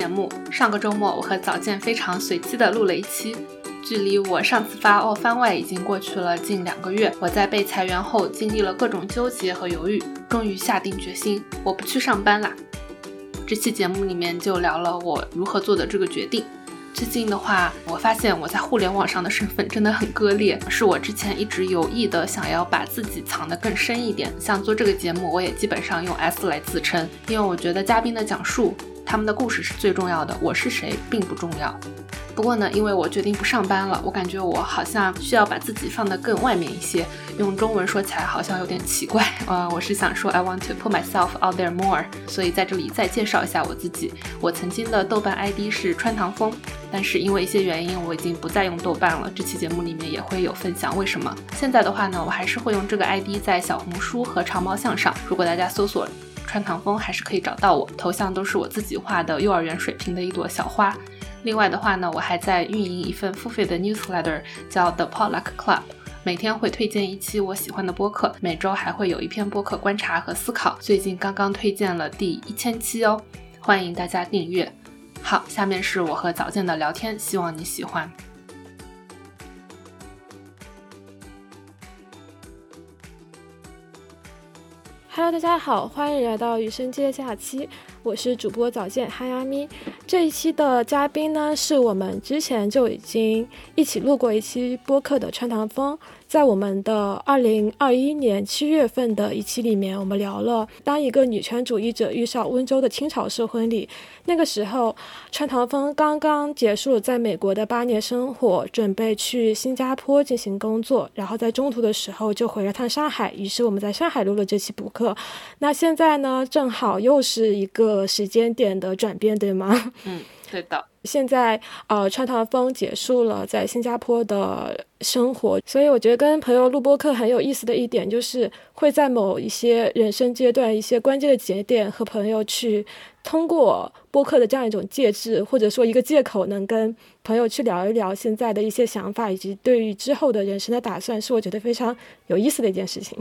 节目。上个周末我和早见非常随机的录了一期，距离我上次发澳番外已经过去了近2个月。我在被裁员后经历了各种纠结和犹豫，终于下定决心我不去上班啦。这期节目里面就聊了我如何做的这个决定。最近的话，我发现我在互联网上的身份真的很割裂，是我之前一直有意的想要把自己藏得更深一点。像做这个节目，我也基本上用 S 来自称，因为我觉得嘉宾的讲述，他们的故事是最重要的，我是谁并不重要。不过呢，因为我决定不上班了，我感觉我好像需要把自己放得更外面一些，用中文说起来好像有点奇怪。我是想说 I want to put myself out there more， 所以在这里再介绍一下我自己。我曾经的豆瓣 ID 是川唐风，但是因为一些原因我已经不再用豆瓣了，这期节目里面也会有分享为什么。现在的话呢，我还是会用这个 ID 在小红书和长毛象上，如果大家搜索川唐风还是可以找到我，头像都是我自己画的幼儿园水平的一朵小花。另外的话呢，我还在运营一份付费的 newsletter 叫 The Potluck Club， 每天会推荐一期我喜欢的播客，每周还会有一篇播客观察和思考，最近刚刚推荐了第1000期哦，欢迎大家订阅。好，下面是我和早见的聊天，希望你喜欢。 Hello， 大家好，欢迎来到余生街假期，我是主播早见哈呀咪。这一期的嘉宾呢，是我们之前就已经一起录过一期播客的川唐风。在我们的2021年7月份的一期里面，我们聊了当一个女权主义者遇上温州的清朝式婚礼。那个时候川唐风刚刚结束了在美国的8年生活，准备去新加坡进行工作，然后在中途的时候就回了趟上海，于是我们在上海录了这期播客。那现在呢，正好又是一个时间点的转变，对吗？ 对的。 现在川唐风结束了在新加坡的生活，所以我觉得跟朋友录播客很有意思的一点就是会在某一些人生阶段一些关键的节点和朋友去通过播客的这样一种介质或者说一个借口，能跟朋友去聊一聊现在的一些想法以及对于之后的人生的打算，是我觉得非常有意思的一件事情。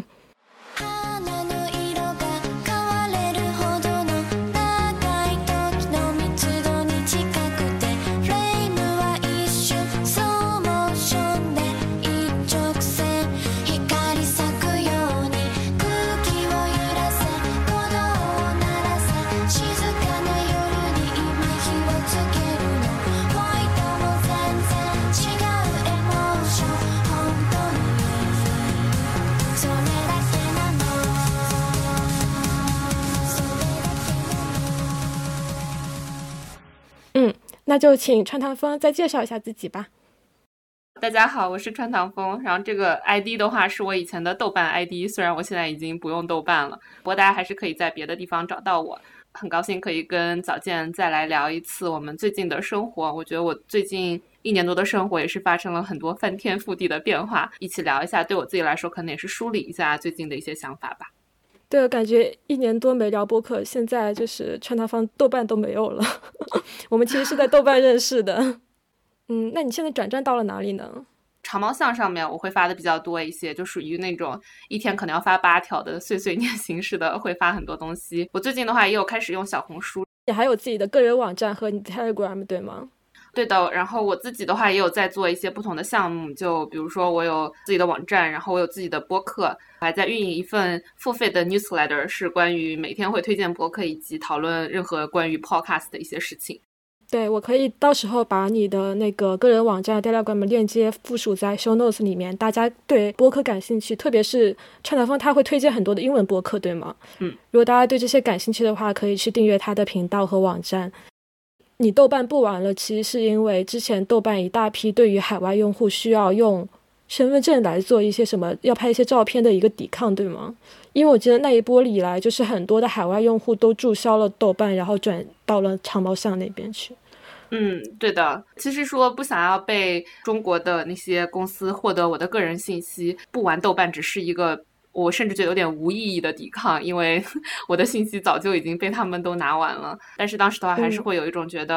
那就请川唐风再介绍一下自己吧。 大家好，我是川唐风，然后这个 ID 的话是我以前的豆瓣 ID， 虽然我现在已经不用豆瓣了，不过大家还是可以在别的地方找到我。很高兴可以跟早见再来聊一次我们最近的生活，我觉得我最近1年多的生活也是发生了很多翻天覆地的变化，一起聊一下，对我自己来说可能也是梳理一下最近的一些想法吧。 对，我感觉1年多没聊播客，现在就是川唐风豆瓣都没有了我们其实是在豆瓣认识的那你现在转战到了哪里呢？ 长毛象上面我会发的比较多一些，就属于那种一天可能要发8条的碎碎念形式的，会发很多东西。我最近的话也有开始用小红书， 你还有自己的个人网站和你的 Telegram 对吗？ 对的，然后我自己的话也有在做一些不同的项目，就比如说我有自己的网站，然后我有自己的播客，还在运营一份付费的 newsletter， 是关于每天会推荐播客以及讨论任何关于 podcast 的一些事情。 对，我可以到时候把你的那个个人网站 Telegram 链接附属在 show notes 里面，大家对播客感兴趣，特别是川唐风他会推荐很多的英文播客对吗？如果大家对这些感兴趣的话，可以去订阅他的频道和网站。你豆瓣不玩了，其实是因为之前豆瓣一大批对于海外用户需要用身份证来做一些什么要拍一些照片的一个抵抗对吗？因为我记得那一波以来就是很多的海外用户都注销了豆瓣，然后转到了长毛象那边去。 对的，其实说不想要被中国的那些公司获得我的个人信息，不玩豆瓣只是一个我甚至觉得有点无意义的抵抗，因为我的信息早就已经被他们都拿完了。但是当时的话还是会有一种觉得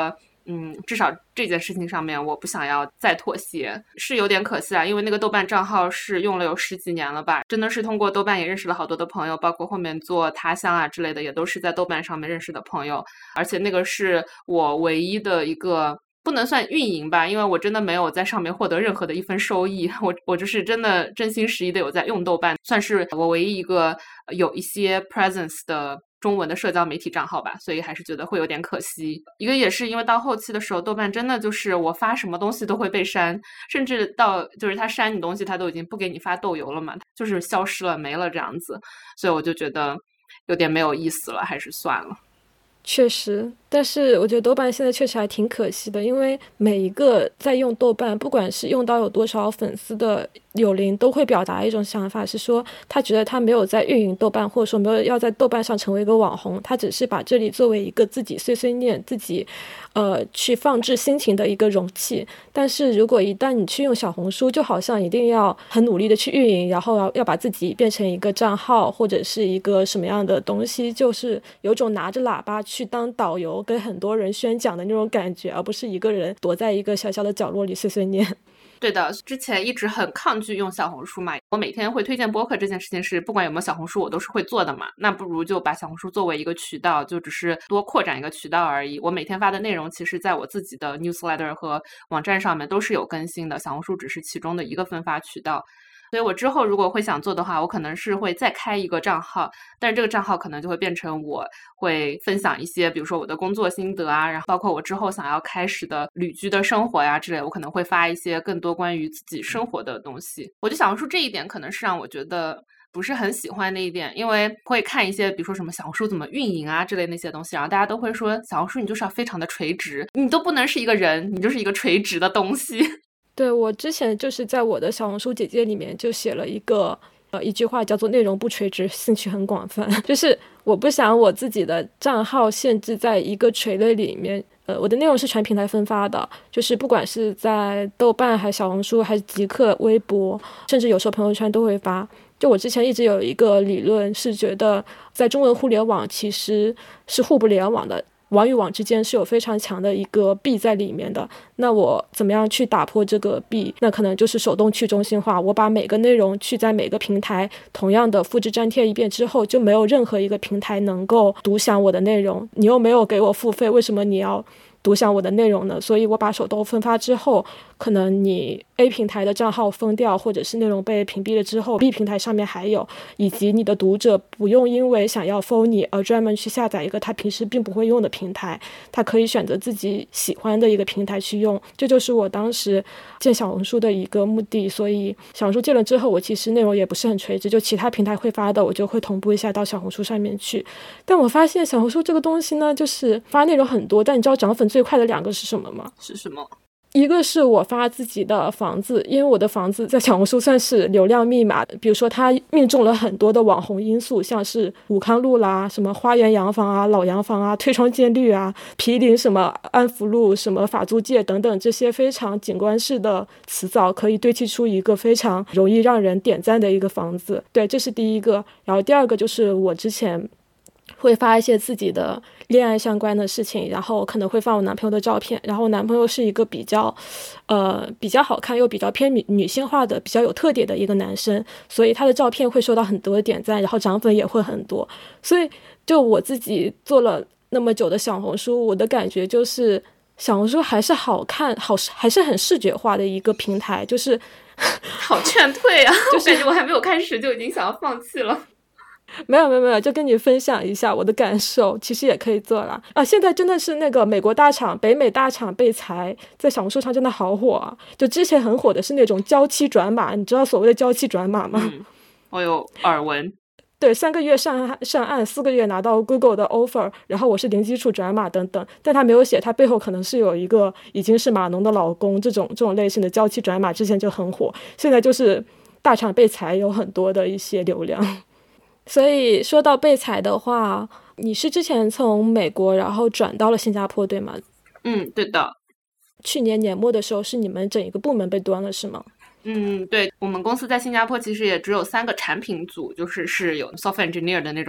至少这件事情上面我不想要再妥协，是有点可惜啊。因为那个豆瓣账号是用了有10几年了吧，真的是通过豆瓣也认识了好多的朋友，包括后面做他乡啊之类的，也都是在豆瓣上面认识的朋友。而且那个是我唯一的一个，不能算运营吧，因为我真的没有在上面获得任何的一分收益，我就是真的真心实意的有在用豆瓣，算是我唯一一个有一些 presence 的中文的社交媒体账号吧，所以还是觉得会有点可惜。一个也是因为到后期的时候，豆瓣真的就是我发什么东西都会被删，甚至到就是他删你东西他都已经不给你发豆油了嘛，就是消失了没了这样子，所以我就觉得有点没有意思了，还是算了。 确实，但是我觉得豆瓣现在确实还挺可惜的，因为每一个在用豆瓣，不管是用到有多少粉丝的友邻，都会表达一种想法，是说他觉得他没有在运营豆瓣，或者说没有要在豆瓣上成为一个网红，他只是把这里作为一个自己碎碎念、自己去放置心情的一个容器。但是如果一旦你去用小红书，就好像一定要很努力的去运营，然后要把自己变成一个账号或者是一个什么样的东西，就是有种拿着喇叭去当导游跟很多人宣讲的那种感觉，而不是一个人躲在一个小小的角落里碎碎念。 对的，之前一直很抗拒用小红书嘛，我每天会推荐播客这件事情是不管有没有小红书我都是会做的嘛，那不如就把小红书作为一个渠道，就只是多扩展一个渠道而已。我每天发的内容其实在我自己的 newsletter 和网站上面都是有更新的，小红书只是其中的一个分发渠道。所以我之后如果会想做的话，我可能是会再开一个账号，但是这个账号可能就会变成我会分享一些比如说我的工作心得啊，然后包括我之后想要开始的旅居的生活呀之类，我可能会发一些更多关于自己生活的东西。我就小红书这一点可能是让我觉得不是很喜欢的一点，因为会看一些比如说什么小红书怎么运营啊之类那些东西，然后大家都会说小红书你就是要非常的垂直，你都不能是一个人，你就是一个垂直的东西。 对，我之前就是在我的小红书简介里面就写了一句话，叫做内容不垂直，兴趣很广泛。就是我不想我自己的账号限制在一个垂类里面，我的内容是全平台分发的，就是不管是在豆瓣还是小红书还是极客、微博，甚至有时候朋友圈都会发。就我之前一直有一个理论是觉得在中文互联网其实是互不联网的，网与网之间是有非常强的一个壁在里面的，那我怎么样去打破这个壁？那可能就是手动去中心化，我把每个内容去在每个平台同样的复制粘贴一遍之后，就没有任何一个平台能够独享我的内容，你又没有给我付费，为什么你要独享我的内容呢？所以我把手动分发之后，可能你 A 平台的账号封掉，或者是内容被屏蔽了之后 B 平台上面还有，以及你的读者不用因为想要 follow 你而专门去下载一个他平时并不会用的平台，他可以选择自己喜欢的一个平台去用。这就是我当时建小红书的一个目的。所以小红书建了之后，我其实内容也不是很垂直，就其他平台会发的我就会同步一下到小红书上面去。但我发现小红书这个东西呢，就是发内容很多，但你知道涨粉最快的2个是什么吗？ 是什么？ 一个是我发自己的房子，因为我的房子在小红书算是流量密码，比如说它命中了很多的网红因素，像是武康路啦、什么花园洋房啊、老洋房啊、推窗见绿啊、毗邻什么安福路、什么法租界等等，这些非常景观式的词藻可以堆砌出一个非常容易让人点赞的一个房子。对，这是第一个。然后第二个就是我之前会发一些自己的恋爱相关的事情，然后可能会发我男朋友的照片，然后我男朋友是一个比较好看又比较偏女性化的比较有特点的一个男生，所以他的照片会受到很多的点赞，然后涨粉也会很多。所以就我自己做了那么久的小红书，我的感觉就是小红书还是好看还是很视觉化的一个平台，就是好劝退啊，就是感觉我还没有开始就已经想要放弃了。 没有，就跟你分享一下我的感受，其实也可以做啦。现在真的是那个美国大厂、北美大厂被裁，在小红书上真的好火啊！就之前很火的是那种交期转码，你知道所谓的交期转码吗？ 我有耳闻。 对，3个月上岸，4个月拿到 Google 的 offer， 然后我是零基础转码等等，但他没有写他背后可能是有一个已经是码农的老公，这种类型的交期转码之前就很火，现在就是大厂被裁有很多的一些流量。所以说到被裁的话，你是之前从美国然后转到了新加坡对吗？ 对的。 去年年末的时候是你们整一个部门被端了是吗？ 对，我们公司在新加坡其实也只有3个产品组，就是有 software engineer 的那种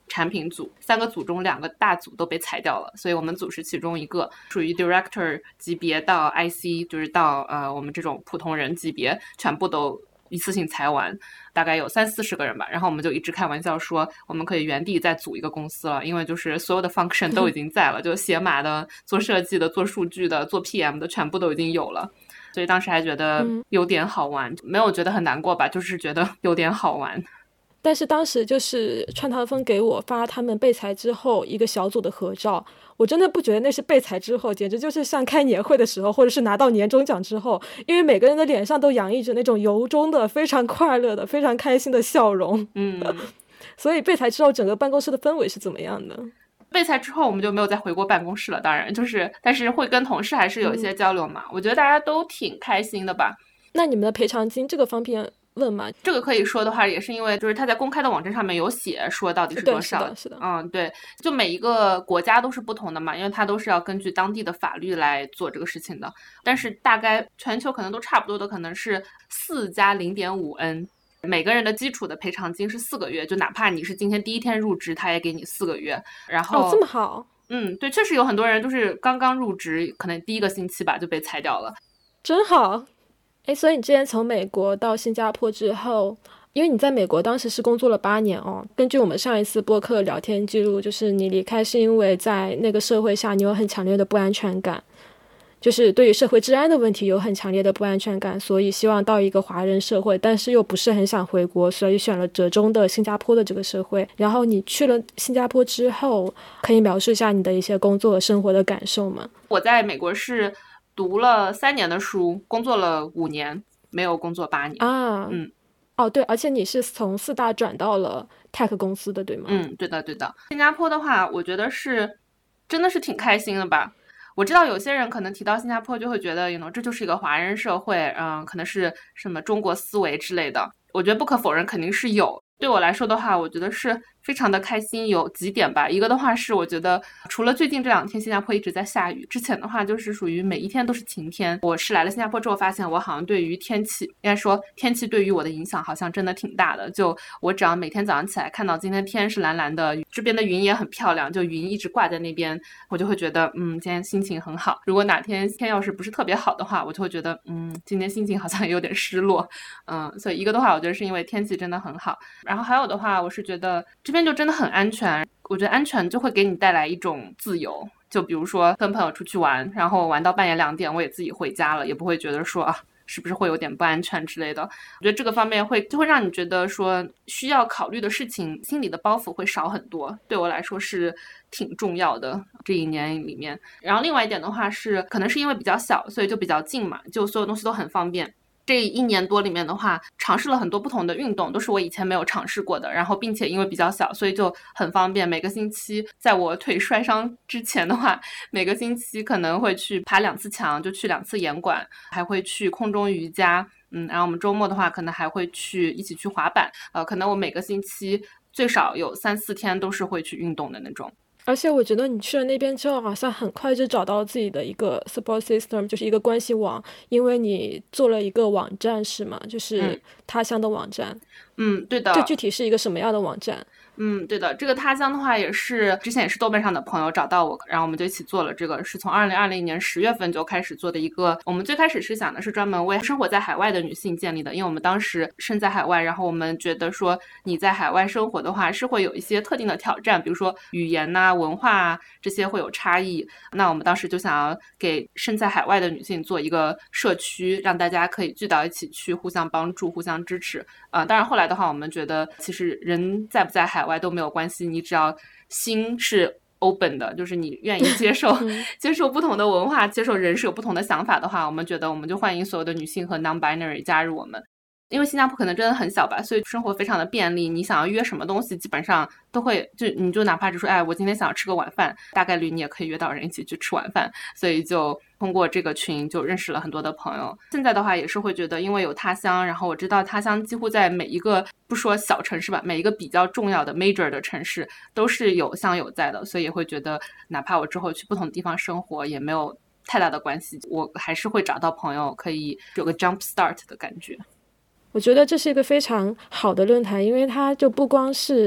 产品组，3个组中2个大组都被裁掉了，所以我们组是其中一个，属于 director 级别到 IC， 就是到我们这种普通人级别，全部都一次性裁完，大概有30-40个人吧。然后我们就一直开玩笑说，我们可以原地再组一个公司了，因为就是所有的 function 都已经在了，就写码的、做设计的、做数据的、做 PM 的，全部都已经有了。所以当时还觉得有点好玩，没有觉得很难过吧，就是觉得有点好玩。 但是当时就是川唐风给我发他们被裁之后一个小组的合照，我真的不觉得那是被裁之后，简直就是像开年会的时候，或者是拿到年终奖之后，因为每个人的脸上都洋溢着那种由衷的非常快乐的非常开心的笑容。所以被裁之后整个办公室的氛围是怎么样的？ 被裁之后我们就没有再回过办公室了，当然就是但是会跟同事还是有一些交流嘛。我觉得大家都挺开心的吧。 那你们的赔偿金这个方面问吗？ 这个可以说的话，也是因为就是他在公开的网站上面有写说到底是多少。 是的。 对，就每一个国家都是不同的嘛，因为它都是要根据当地的法律来做这个事情的。但是大概全球可能都差不多的，可能是4加0.5N。每个人的基础的赔偿金是4个月，就哪怕你是今天第一天入职，他也给你4个月。然后这么好。 对，确实有很多人就是刚刚入职，可能第1个星期吧就被裁掉了。 真好。所以你之前从美国到新加坡之后，因为你在美国当时是工作了8年哦，根据我们上一次播客聊天记录，就是你离开是因为在那个社会下你有很强烈的不安全感，就是对于社会治安的问题有很强烈的不安全感，所以希望到一个华人社会，但是又不是很想回国，所以选了折中的新加坡的这个社会。然后你去了新加坡之后，可以描述一下你的一些工作和生活的感受吗？ 我在美国是读了3年的书，工作了5年，没有工作8年啊。对，而且你是从4大转到了 tech 公司的，对吗？ 对的。新加坡的话，我觉得是真的是挺开心的吧。我知道有些人可能提到新加坡就会觉得这就是一个华人社会，可能是什么中国思维之类的。我觉得不可否认肯定是有。对我来说的话，我觉得是非常的开心，有几点吧。一个的话是我觉得除了最近这2天新加坡一直在下雨，之前的话就是属于每一天都是晴天。我是来了新加坡之后发现我好像对于天气，应该说天气对于我的影响好像真的挺大的。就我只要每天早上起来看到今天天是蓝蓝的，这边的云也很漂亮，就云一直挂在那边，我就会觉得今天心情很好。如果哪天天要是不是特别好的话，我就会觉得今天心情好像有点失落。所以一个的话我觉得是因为天气真的很好，然后还有的话我是觉得这边就真的很安全。我觉得安全就会给你带来一种自由，就比如说跟朋友出去玩，然后玩到半夜2点我也自己回家了，也不会觉得说是不是会有点不安全之类的。我觉得这个方面就会让你觉得说需要考虑的事情，心里的包袱会少很多，对我来说是挺重要的这1年里面。然后另外一点的话是可能是因为比较小，所以就比较近嘛，就所有东西都很方便。这1年多里面的话，尝试了很多不同的运动，都是我以前没有尝试过的，然后并且因为比较小，所以就很方便。每个星期在我腿摔伤之前的话，每个星期可能会去爬2次墙，就去2次岩馆，还会去空中瑜伽，然后我们周末的话可能还会一起去滑板，可能我每个星期最少有3-4天都是会去运动的那种。 而且我觉得你去了那边之后好像很快就找到自己的一个 support system， 就是一个关系网，因为你做了一个网站是吗？就是他乡的网站。 对的。 这具体是一个什么样的网站？ 对的，这个他乡的话也是之前也是豆瓣上的朋友找到我，然后我们就一起做了这个，是从2020年10月份就开始做的一个。我们最开始是想的是专门为生活在海外的女性建立的，因为我们当时身在海外，然后我们觉得说你在海外生活的话是会有一些特定的挑战，比如说语言文化这些会有差异。那我们当时就想要给身在海外的女性做一个社区，让大家可以聚到一起去互相帮助互相支持。当然后来的话我们觉得其实人在不在海外都没有关系，你只要心是 open 的，就是你愿意接受接受不同的文化，接受人是有不同的想法的话，我们觉得我们就欢迎所有的女性和 non-binary 加入我们。因为新加坡可能真的很小吧，所以生活非常的便利，你想要约什么东西基本上都会，你就哪怕就说我今天想要吃个晚饭，大概率你也可以约到人一起去吃晚饭。所以就通过这个群就认识了很多的朋友。现在的话也是会觉得因为有他乡，然后我知道他乡几乎在每一个不说小城市吧，每一个比较重要的 major 的城市都是有乡有在的，所以也会觉得哪怕我之后去不同的地方生活也没有太大的关系，我还是会找到朋友，可以有个 jump start 的感觉。 我觉得这是一个非常好的论坛，因为它就不光是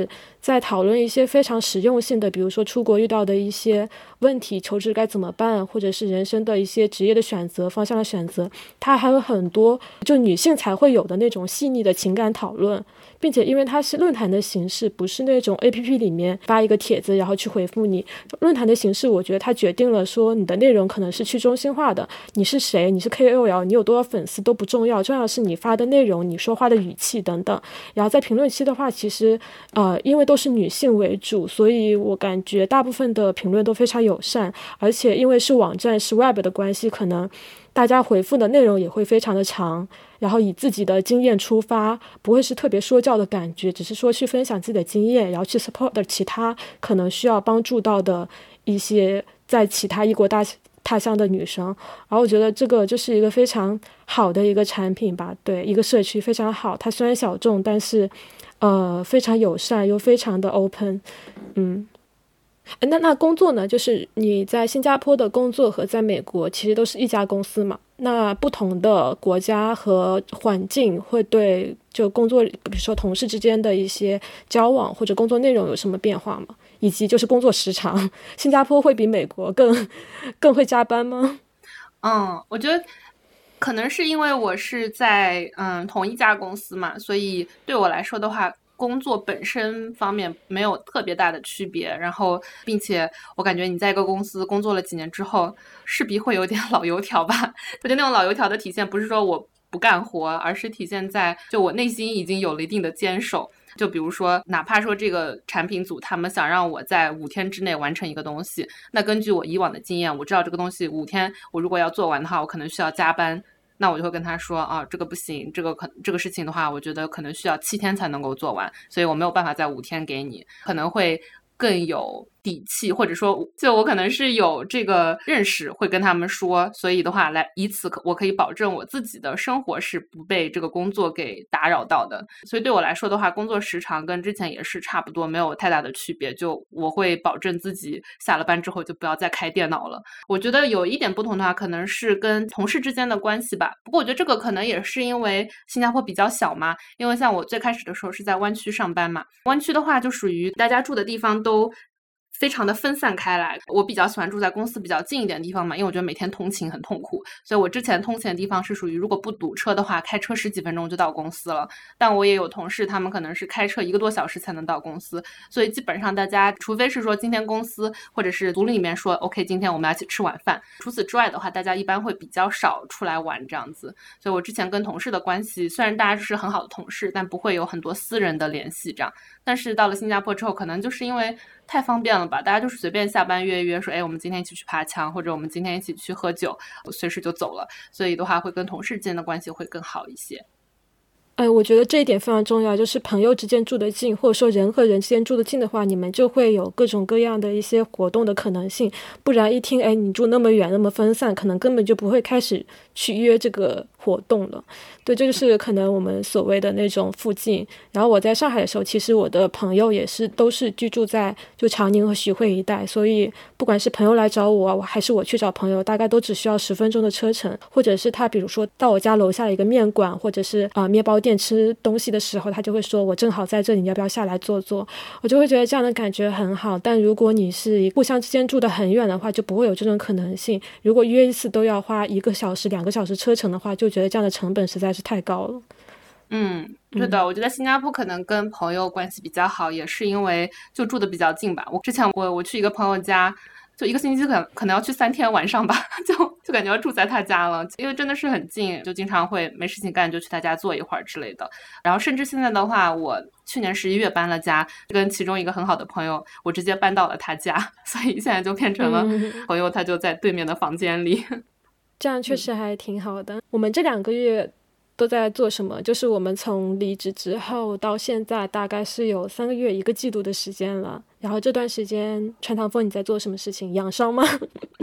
在讨论一些非常实用性的，比如说出国遇到的一些问题，求职该怎么办，或者是人生的一些职业的选择、方向的选择，它还有很多就女性才会有的那种细腻的情感讨论，并且因为它是论坛的形式，不是那种 APP 里面发一个帖子然后去回复你。论坛的形式，我觉得它决定了说你的内容可能是去中心化的，你是谁，你是 KOL， 你有多少粉丝都不重要，重要的是你发的内容，你说话的语气等等。然后在评论区的话，其实因为都是女性为主，所以我感觉大部分的评论都非常友善，而且因为是网站是 Web 的关系，可能大家回复的内容也会非常的长，然后以自己的经验出发，不会是特别说教的感觉，只是说去分享自己的经验，然后去 support 其他可能需要帮助到的一些在其他异国他乡的女生。然后我觉得这个就是一个非常好的一个产品吧，对，一个社区非常好，它虽然小众，但是非常友善又非常的 open。那工作呢，就是你在新加坡的工作和在美国其实都是一家公司嘛，那不同的国家和环境会对就工作，比如说同事之间的一些交往或者工作内容有什么变化吗？以及就是工作时长，新加坡会比美国更会加班吗？ 我觉得可能是因为我是在同一家公司嘛，所以对我来说的话，工作本身方面没有特别大的区别，然后并且我感觉你在一个公司工作了几年之后，势必会有点老油条吧。我觉得那种老油条的体现不是说我不干活，而是体现在就我内心已经有了一定的坚守。就比如说哪怕说这个产品组他们想让我在5天之内完成一个东西，那根据我以往的经验，我知道这个东西5天我如果要做完的话，我可能需要加班，那我就会跟他说啊，这个不行，这个事情的话，我觉得可能需要7天才能够做完，所以我没有办法在5天给你，可能会更有底气，或者说就我可能是有这个认识会跟他们说，所以的话以此我可以保证我自己的生活是不被这个工作给打扰到的。所以对我来说的话，工作时长跟之前也是差不多，没有太大的区别，就我会保证自己下了班之后就不要再开电脑了。我觉得有一点不同的话，可能是跟同事之间的关系吧，不过我觉得这个可能也是因为新加坡比较小嘛，因为像我最开始的时候是在湾区上班嘛，湾区的话就属于大家住的地方都非常的分散开来，我比较喜欢住在公司比较近一点的地方嘛，因为我觉得每天通勤很痛苦，所以我之前通勤的地方是属于如果不堵车的话，开车10几分钟就到公司了。但我也有同事，他们可能是开车1个多小时才能到公司，所以基本上大家除非是说今天公司或者是组里面说 OK 今天我们要一起吃晚饭，除此之外的话，大家一般会比较少出来玩这样子。所以我之前跟同事的关系，虽然大家是很好的同事，但不会有很多私人的联系这样。但是到了新加坡之后，可能就是因为太方便了吧，大家就是随便下班约一约说，哎，我们今天一起去爬墙，或者我们今天一起去喝酒，随时就走了，所以的话会跟同事之间的关系会更好一些。 我觉得这一点非常重要，就是朋友之间住得近，或者说人和人之间住得近的话，你们就会有各种各样的一些活动的可能性。不然一听，哎，你住那么远，那么分散，可能根本就不会开始去约这个活动了。对，这就是可能我们所谓的那种附近。然后我在上海的时候，其实我的朋友也是都是居住在就长宁和徐汇一带，所以不管是朋友来找我，还是我去找朋友，大概都只需要10分钟的车程，或者是他比如说到我家楼下一个面馆，或者是面包店吃东西的时候，他就会说我正好在这里，你要不要下来坐坐？我就会觉得这样的感觉很好。但如果你是互相之间住得很远的话，就不会有这种可能性。如果约一次都要花1个小时、2个小时车程的话，就觉得这样的成本实在是太高了。 对的，我觉得新加坡可能跟朋友关系比较好，也是因为就住的比较近吧。之前我去一个朋友家，就1个星期可能要去3天晚上吧，就感觉要住在他家了，因为真的是很近，就经常会没事情干就去他家坐一会儿之类的。然后甚至现在的话，我去年11月搬了家，跟其中一个很好的朋友，我直接搬到了他家，所以现在就变成了朋友他就在对面的房间里。 这样确实还挺好的。我们这2个月都在做什么？就是我们从离职之后到现在大概是有3个月1个季度的时间了。然后这段时间川堂风你在做什么事情？养伤吗？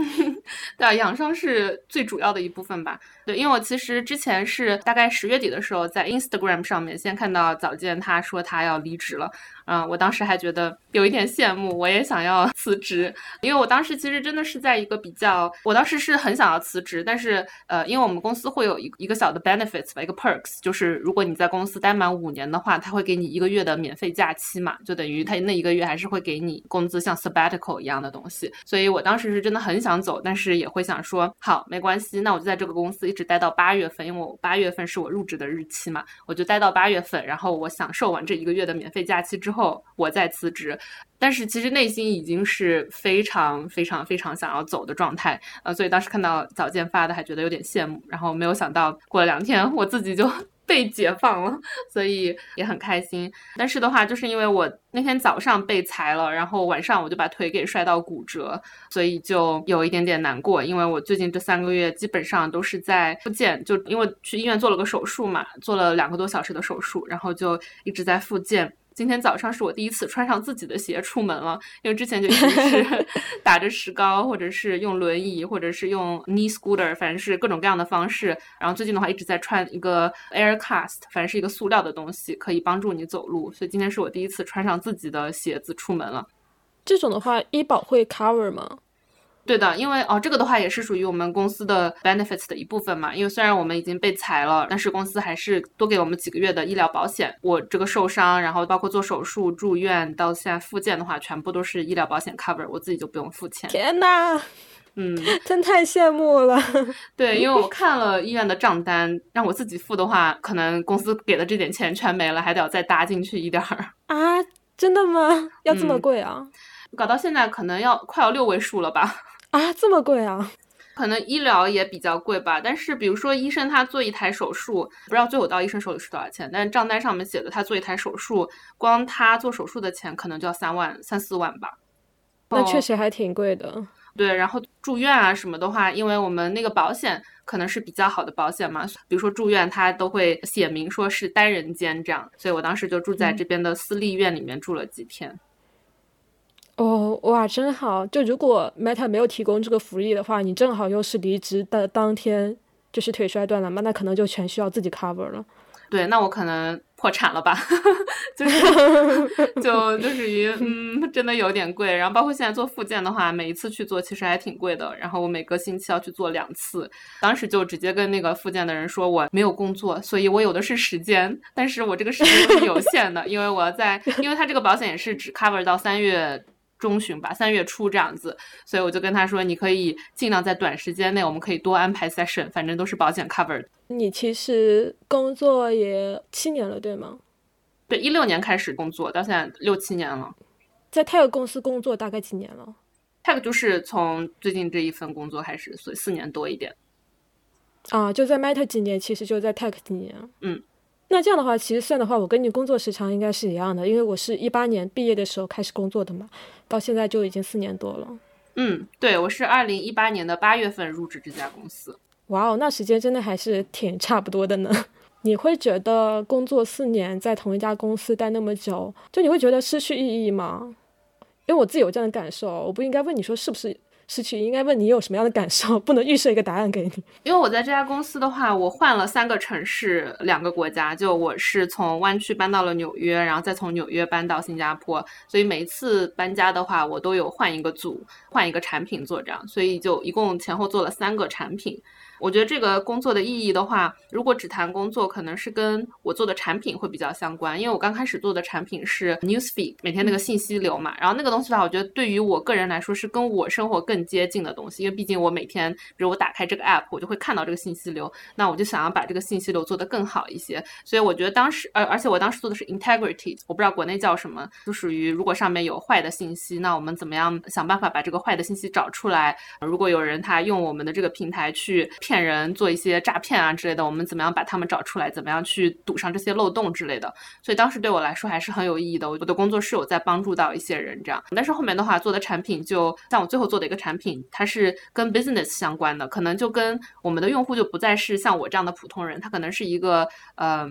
对啊，养伤是最主要的一部分吧。对，因为我其实之前是大概10月底的时候，在 Instagram 上面先看到早见他说他要离职了，我当时还觉得有一点羡慕，我也想要辞职，因为我当时其实真的是在一个比较，我当时是很想要辞职，但是因为我们公司会有一个小的 benefits 吧，一个 perks， 就是如果你在公司待满5年的话，他会给你1个月的免费假期嘛，就等于他那1个月还是会给你工资，像 sabbatical 一样的东西。所以我当时是真的很想走，但是也会想说好没关系，那我就在这个公司一直待到8月份，因为我8月份是我入职的日期嘛，我就待到8月份，然后我享受完这1个月的免费假期之后我再辞职。但是其实内心已经是非常非常非常想要走的状态，所以当时看到早见发的还觉得有点羡慕，然后没有想到过了2天我自己就被解放了，所以也很开心。但是的话就是因为我那天早上被裁了，然后晚上我就把腿给摔到骨折，所以就有一点点难过，因为我最近这3个月基本上都是在复健，就因为去医院做了个手术嘛，做了2个多小时的手术，然后就一直在复健。今天早上是我第一次穿上自己的鞋出门了，因为之前就一直是打着石膏或者是用轮椅或者是用 knee scooter， 反正是各种各样的方式，然后最近的话一直在穿一个 air cast， 反正是一个塑料的东西，可以帮助你走路，所以今天是我第一次穿上自己的鞋子出门了。 这种的话医保会 cover 吗？ 对的，因为这个的话也是属于我们公司的 benefits 的一部分嘛，因为虽然我们已经被裁了，但是公司还是多给我们几个月的医疗保险，我这个受伤然后包括做手术住院到现在复健的话全部都是医疗保险 cover， 我自己就不用付钱。 天哪，真太羡慕了。 对，因为我看了医院的账单，让我自己付的话可能公司给的这点钱全没了，还得要再搭进去一点啊，真的吗？要这么贵啊？ 搞到现在可能快要6位数了吧。 啊，这么贵啊？ 可能医疗也比较贵吧，但是比如说医生他做一台手术，不知道最后到医生手里是多少钱，但是账单上面写的他做一台手术，光他做手术的钱可能就要3万3、4万吧。 那确实还挺贵的。 对，然后住院啊什么的话，因为我们那个保险可能是比较好的保险嘛，比如说住院他都会写明说是单人间这样，所以我当时就住在这边的私立医院里面住了几天。 哇，真好！就如果 Meta 没有提供这个福利的话，你正好又是离职的当天，就是腿摔断了嘛，那可能就全需要自己 cover 了。 对，那我可能破产了吧，就是就属于真的有点贵。然后包括现在做复健的话，每一次去做其实还挺贵的。然后我每个星期要去做2次，当时就直接跟那个复健的人说，我没有工作，所以我有的是时间，但是我这个时间是有限的，因为因为他这个保险也是只 cover 到3月中旬吧，3月初这样子，所以我就跟他说你可以尽量在短时间内我们可以多安排 session， 反正都是保险 cover。 你其实工作也7年了对吗？ 对，16年开始工作到现在6、7年了。 在 Tech 公司工作大概几年了？ Tech 就是从最近这一份工作开始，所以4年多一点。 就在 Meta 几年，其实就在 Tech 几年。那这样的话其实算的话我跟你工作时长应该是一样的，因为我是18年毕业的时候开始工作的嘛，到现在就已经4年多了。 对，我是2018年的8月份入职这家公司。 哇哦，那时间真的还是挺差不多的呢。你会觉得工作4年在同一家公司待那么久，就你会觉得失去意义吗？因为我自己有这样的感受，我不应该问你说是不是失去，应该问你有什么样的感受，不能预设一个答案给你。 因为我在这家公司的话，我换了3个城市2个国家，就我是从湾区搬到了纽约，然后再从纽约搬到新加坡，所以每一次搬家的话我都有换一个组，换一个产品做这样，所以就一共前后做了3个产品。我觉得这个工作的意义的话，如果只谈工作可能是跟我做的产品会比较相关，因为我刚开始做的产品是 newsfeed， 每天那个信息流嘛，然后那个东西的话我觉得对于我个人来说是跟我生活更接近的东西，因为毕竟我每天比如我打开这个 app 我就会看到这个信息流，那我就想要把这个信息流做得更好一些，所以我觉得当时而且我当时做的是 integrity， 我不知道国内叫什么，就属于如果上面有坏的信息，那我们怎么样想办法把这个坏的信息找出来，如果有人他用我们的这个平台去骗人做一些诈骗啊之类的，我们怎么样把他们找出来，怎么样去堵上这些漏洞之类的，所以当时对我来说还是很有意义的，我的工作是有在帮助到一些人这样。但是后面的话做的产品，就像我最后做的一个产品，它是跟 business 相关的，可能就跟我们的用户就不再是像我这样的普通人，他可能是一个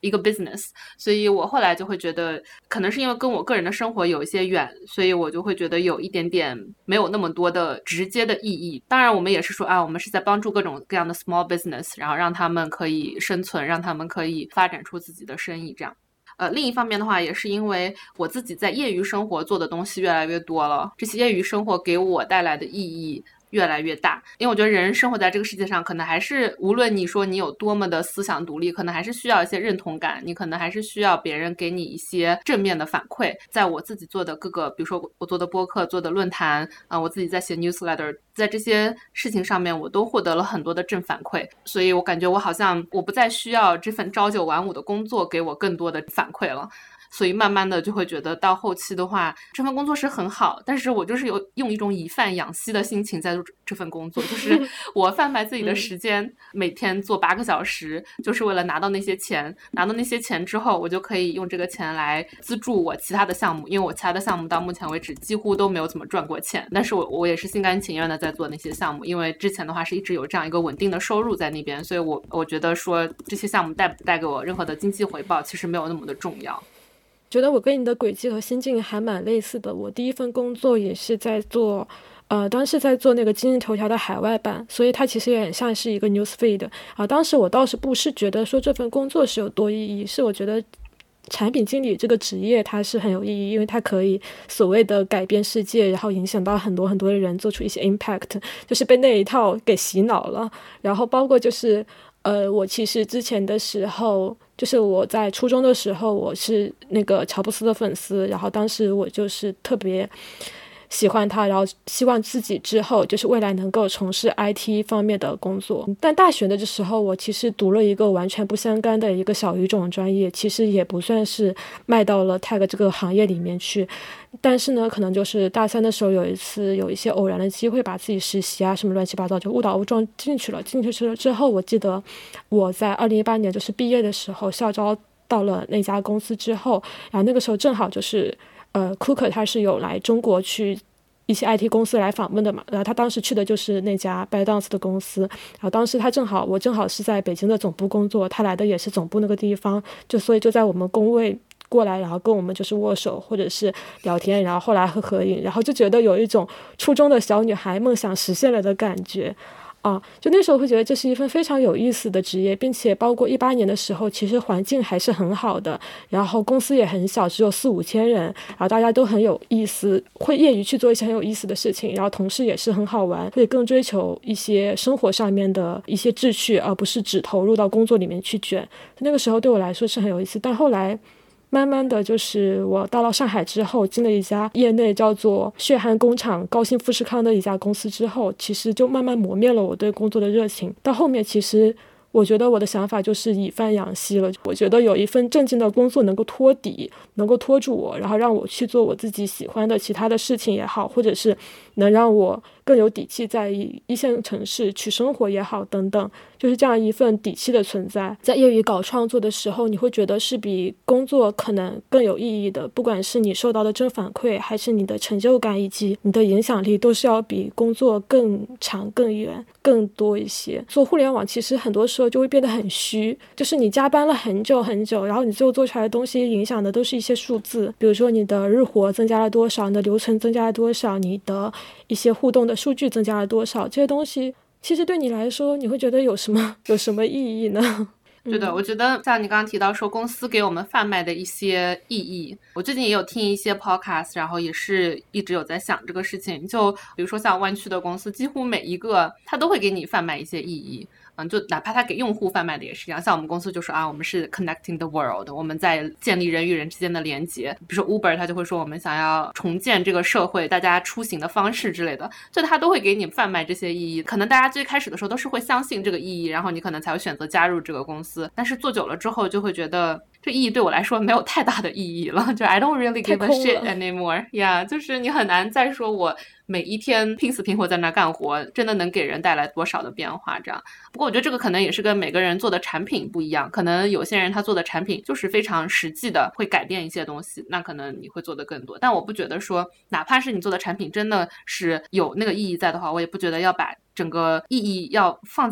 一个 business， 所以我后来就会觉得可能是因为跟我个人的生活有一些远，所以我就会觉得有一点点没有那么多的直接的意义。当然我们也是说我们是在帮助各种各样的 small business， 然后让他们可以生存，让他们可以发展出自己的生意这样。另一方面的话，也是因为我自己在业余生活做的东西越来越多了，这些业余生活给我带来的意义越来越大。因为我觉得人生活在这个世界上，可能还是无论你说你有多么的思想独立，可能还是需要一些认同感，你可能还是需要别人给你一些正面的反馈。在我自己做的各个，比如说我做的播客、做的论坛我自己在写 newsletter， 在这些事情上面我都获得了很多的正反馈，所以我感觉我好像我不再需要这份朝九晚五的工作给我更多的反馈了。所以慢慢的就会觉得到后期的话，这份工作是很好，但是我就是用一种以饭养息的心情在做这份工作，就是我贩卖自己的时间每天做8个小时，就是为了拿到那些钱，拿到那些钱之后，我就可以用这个钱来资助我其他的项目，因为我其他的项目到目前为止几乎都没有怎么赚过钱，但是我也是心甘情愿的在做那些项目，因为之前的话是一直有这样一个稳定的收入在那边，所以我觉得说这些项目带不带给我任何的经济回报其实没有那么的重要。 觉得我跟你的轨迹和心境还蛮类似的。我第一份工作也是在做当时在做那个今日头条的海外版，所以它其实也很像是一个 news feed 当时我倒是不是觉得说这份工作是有多意义，是我觉得产品经理这个职业它是很有意义，因为它可以所谓的改变世界，然后影响到很多很多的人，做出一些 impact， 就是被那一套给洗脑了。然后包括就是我其实之前的时候，就是我在初中的时候，我是那个乔布斯的粉丝，然后当时我就是特别喜欢他，然后希望自己之后就是未来能够从事 IT 方面的工作。但大学的时候，我其实读了一个完全不相干的一个小语种专业，其实也不算是迈到了 tag 这个行业里面去。但是呢，可能就是大三的时候有一次有一些偶然的机会，把自己实习什么乱七八糟就误打误撞进去了之后，我记得我在2018年就是毕业的时候校招到了那家公司之后，然后那个时候正好就是Cooker 他是有来中国去一些 IT 公司来访问的嘛，然后他当时去的就是那家 ByteDance 的公司，然后当时我正好是在北京的总部工作，他来的也是总部那个地方，所以就在我们工位过来，然后跟我们就是握手或者是聊天，然后后来合影，然后就觉得有一种初中的小女孩梦想实现了的感觉就那时候会觉得这是一份非常有意思的职业，并且包括18年的时候其实环境还是很好的，然后公司也很小，只有4-5千人，然后大家都很有意思，会业余去做一些很有意思的事情，然后同事也是很好玩，会更追求一些生活上面的一些志趣，而不是只投入到工作里面去卷。那个时候对我来说是很有意思，但后来慢慢的就是我到了上海之后，进了一家业内叫做血汗工厂高新富士康的一家公司之后，其实就慢慢磨灭了我对工作的热情。到后面其实我觉得我的想法就是以饭养息了，我觉得有一份正经的工作能够托底，能够拖住我，然后让我去做我自己喜欢的其他的事情也好，或者是能让我更有底气在一线城市去生活也好等等，就是这样一份底气的存在。在业余搞创作的时候，你会觉得是比工作可能更有意义的，不管是你受到的正反馈，还是你的成就感以及你的影响力，都是要比工作更长更远更多一些。做互联网其实很多时候就会变得很虚，就是你加班了很久很久，然后你最后做出来的东西影响的都是一些数字，比如说你的日活增加了多少，你的流程增加了多少，你的一些互动的数据增加了多少，这些东西其实对你来说你会觉得有什么意义呢？ 对的，我觉得像你刚刚提到说公司给我们贩卖的一些意义，我最近也有听一些 podcast， 然后也是一直有在想这个事情。就比如说像湾区的公司，几乎每一个它都会给你贩卖一些意义。就哪怕他给用户贩卖的也是一样，像我们公司就说我们是 connecting the world， 我们在建立人与人之间的连接。比如说 Uber 他就会说我们想要重建这个社会大家出行的方式之类的，就他都会给你贩卖这些意义。可能大家最开始的时候都是会相信这个意义，然后你可能才会选择加入这个公司，但是做久了之后就会觉得这意义对我来说没有太大的意义了，就 I don't really give a shit anymore。 就是你很难再说我每一天拼死拼活在那干活真的能给人带来多少的变化这样。不过我觉得这个可能也是跟每个人做的产品不一样，可能有些人他做的产品就是非常实际的会改变一些东西，那可能你会做的更多。但我不觉得说哪怕是你做的产品真的是有那个意义在的话，我也不觉得要把整个意义要放在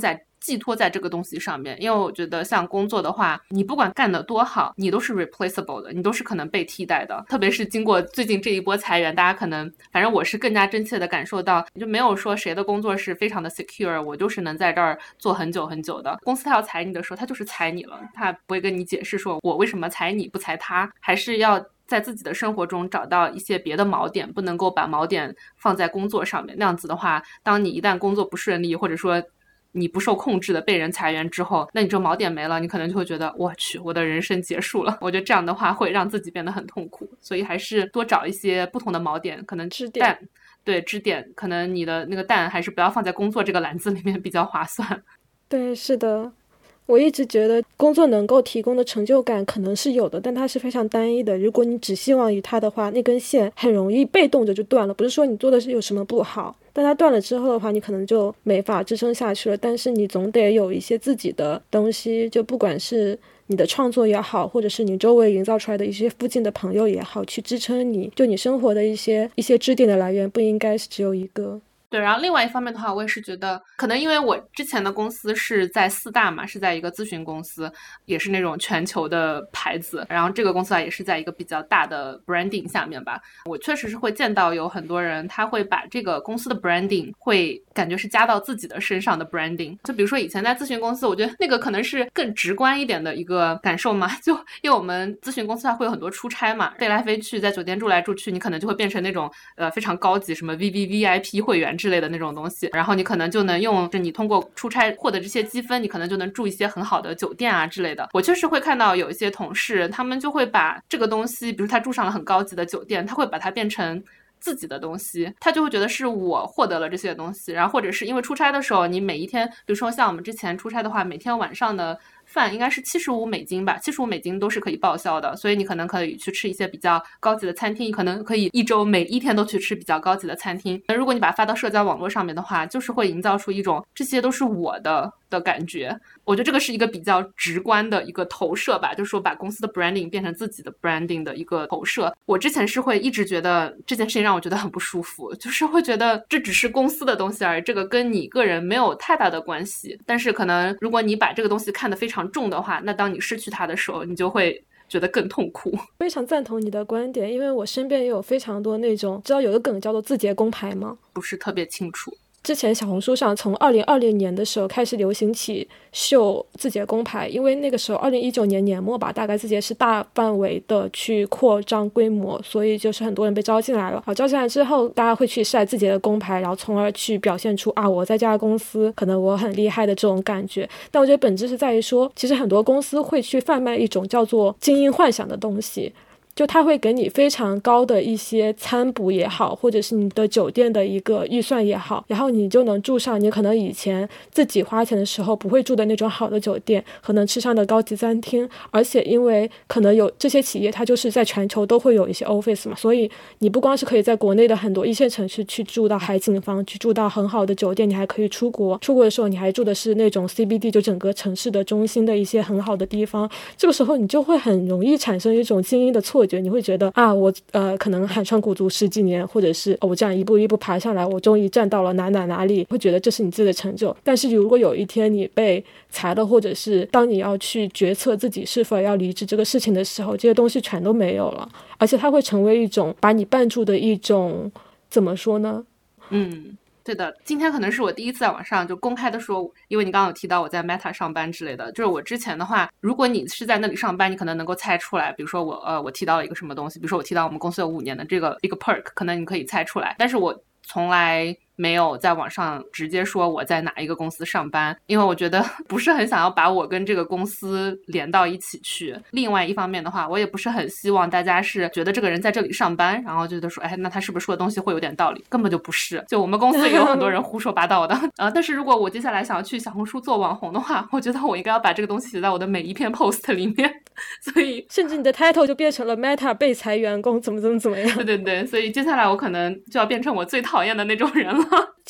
寄托在这个东西上面。因为我觉得像工作的话，你不管干得多好，你都是 replaceable 的，你都是可能被替代的。特别是经过最近这一波裁员，大家可能反正我是更加真切的感受到，就没有说谁的工作是非常的 secure， 我就是能在这儿做很久很久的。公司他要裁你的时候，他就是裁你了，他不会跟你解释说我为什么裁你不裁他，还是要在自己的生活中找到一些别的锚点，不能够把锚点放在工作上面。那样子的话，当你一旦工作不顺利，或者说你不受控制的被人裁员之后，那你这锚点没了，你可能就会觉得我去，我的人生结束了。我觉得这样的话会让自己变得很痛苦，所以还是多找一些不同的锚点，可能支点， 对，支点，可能你的那个蛋还是不要放在工作这个篮子里面比较划算。 对，是的。我一直觉得工作能够提供的成就感可能是有的，但它是非常单一的。如果你只希望于它的话，那根线很容易被动的就断了。不是说你做的是有什么不好，但它断了之后的话，你可能就没法支撑下去了。但是你总得有一些自己的东西，就不管是你的创作也好，或者是你周围营造出来的一些附近的朋友也好，去支撑你，就你生活的一些支点的来源，不应该是只有一个。 对，然后另外一方面的话，我也是觉得可能因为我之前的公司是在4大嘛，是在一个咨询公司，也是那种全球的牌子，然后这个公司也是在一个比较大的 branding 下面吧。我确实是会见到有很多人他会把这个公司的 branding 会感觉是加到自己的身上的 branding。就比如说以前在咨询公司，我觉得那个可能是更直观一点的一个感受嘛，就因为我们咨询公司它会有很多出差嘛，飞来飞去，在酒店住来住去，你可能就会变成那种非常高级什么 VVVIP 会员之类的那种东西，然后你可能就能用你通过出差获得这些积分，你可能就能住一些很好的酒店啊之类的。我确实会看到有一些同事，他们就会把这个东西，比如他住上了很高级的酒店，他会把它变成自己的东西，他就会觉得是我获得了这些东西。然后或者是因为出差的时候，你每一天，比如说像我们之前出差的话，每天晚上的饭应该是$75吧，$75都是可以报销的，所以你可能可以去吃一些比较高级的餐厅，你可能可以一周每一天都去吃比较高级的餐厅。如果你把它发到社交网络上面的话，就是会营造出一种这些都是我的感觉。我觉得这个是一个比较直观的一个投射吧，就是说把公司的 branding 变成自己的 branding 的一个投射。我之前是会一直觉得这件事情让我觉得很不舒服，就是会觉得这只是公司的东西而已，这个跟你个人没有太大的关系。但是可能如果你把这个东西看得非常重的话，那当你失去它的时候，你就会觉得更痛苦。 非常赞同你的观点，因为我身边也有非常多那种，知道有个梗叫做字节工牌吗？ 不是特别清楚。 之前小红书上从2020年的时候开始流行起秀字节工牌，因为那个时候2019年年末吧，大概字节是大范围的去扩张规模，所以就是很多人被招进来了。好，招进来之后，大家会去晒字节的工牌，然后从而去表现出我在这家公司可能我很厉害的这种感觉。但我觉得本质是在于说，其实很多公司会去贩卖一种叫做精英幻想的东西。就他会给你非常高的一些餐补也好，或者是你的酒店的一个预算也好，然后你就能住上你可能以前自己花钱的时候不会住的那种好的酒店，可能吃上的高级餐厅。而且因为可能有这些企业它就是在全球都会有一些 office 嘛，所以你不光是可以在国内的很多一线城市去住到海景房，去住到很好的酒店，你还可以出国的时候你还住的是那种 CBD， 就整个城市的中心的一些很好的地方。这个时候你就会很容易产生一种精英的错觉，你会觉得我可能寒窗苦读10几年，或者是我这样一步一步爬上来，我终于站到了哪里，会觉得这是你自己的成就。但是如果有一天你被裁了，或者是当你要去决策自己是否要离职这个事情的时候，这些东西全都没有了，而且它会成为一种把你绊住的一种，怎么说呢？ 对的，今天可能是我第一次在网上就公开的说，因为你刚刚有提到我在 Meta 上班之类的，就是我之前的话，如果你是在那里上班，你可能能够猜出来，比如说我提到了一个什么东西，比如说我提到我们公司有5年的这个一个 perk， 可能你可以猜出来，但是我从来没有在网上直接说我在哪一个公司上班，因为我觉得不是很想要把我跟这个公司连到一起去。另外一方面的话，我也不是很希望大家是觉得这个人在这里上班，然后觉得说那他是不是说的东西会有点道理，根本就不是。就我们公司也有很多人胡说八道的但是如果我接下来想要去小红书做网红的话，我觉得我应该要把这个东西写在我的每一篇 post 里面，所以甚至你的 title 就变成了 Meta 被裁员工怎么样。 对，所以接下来我可能就要变成我最讨厌的那种人了。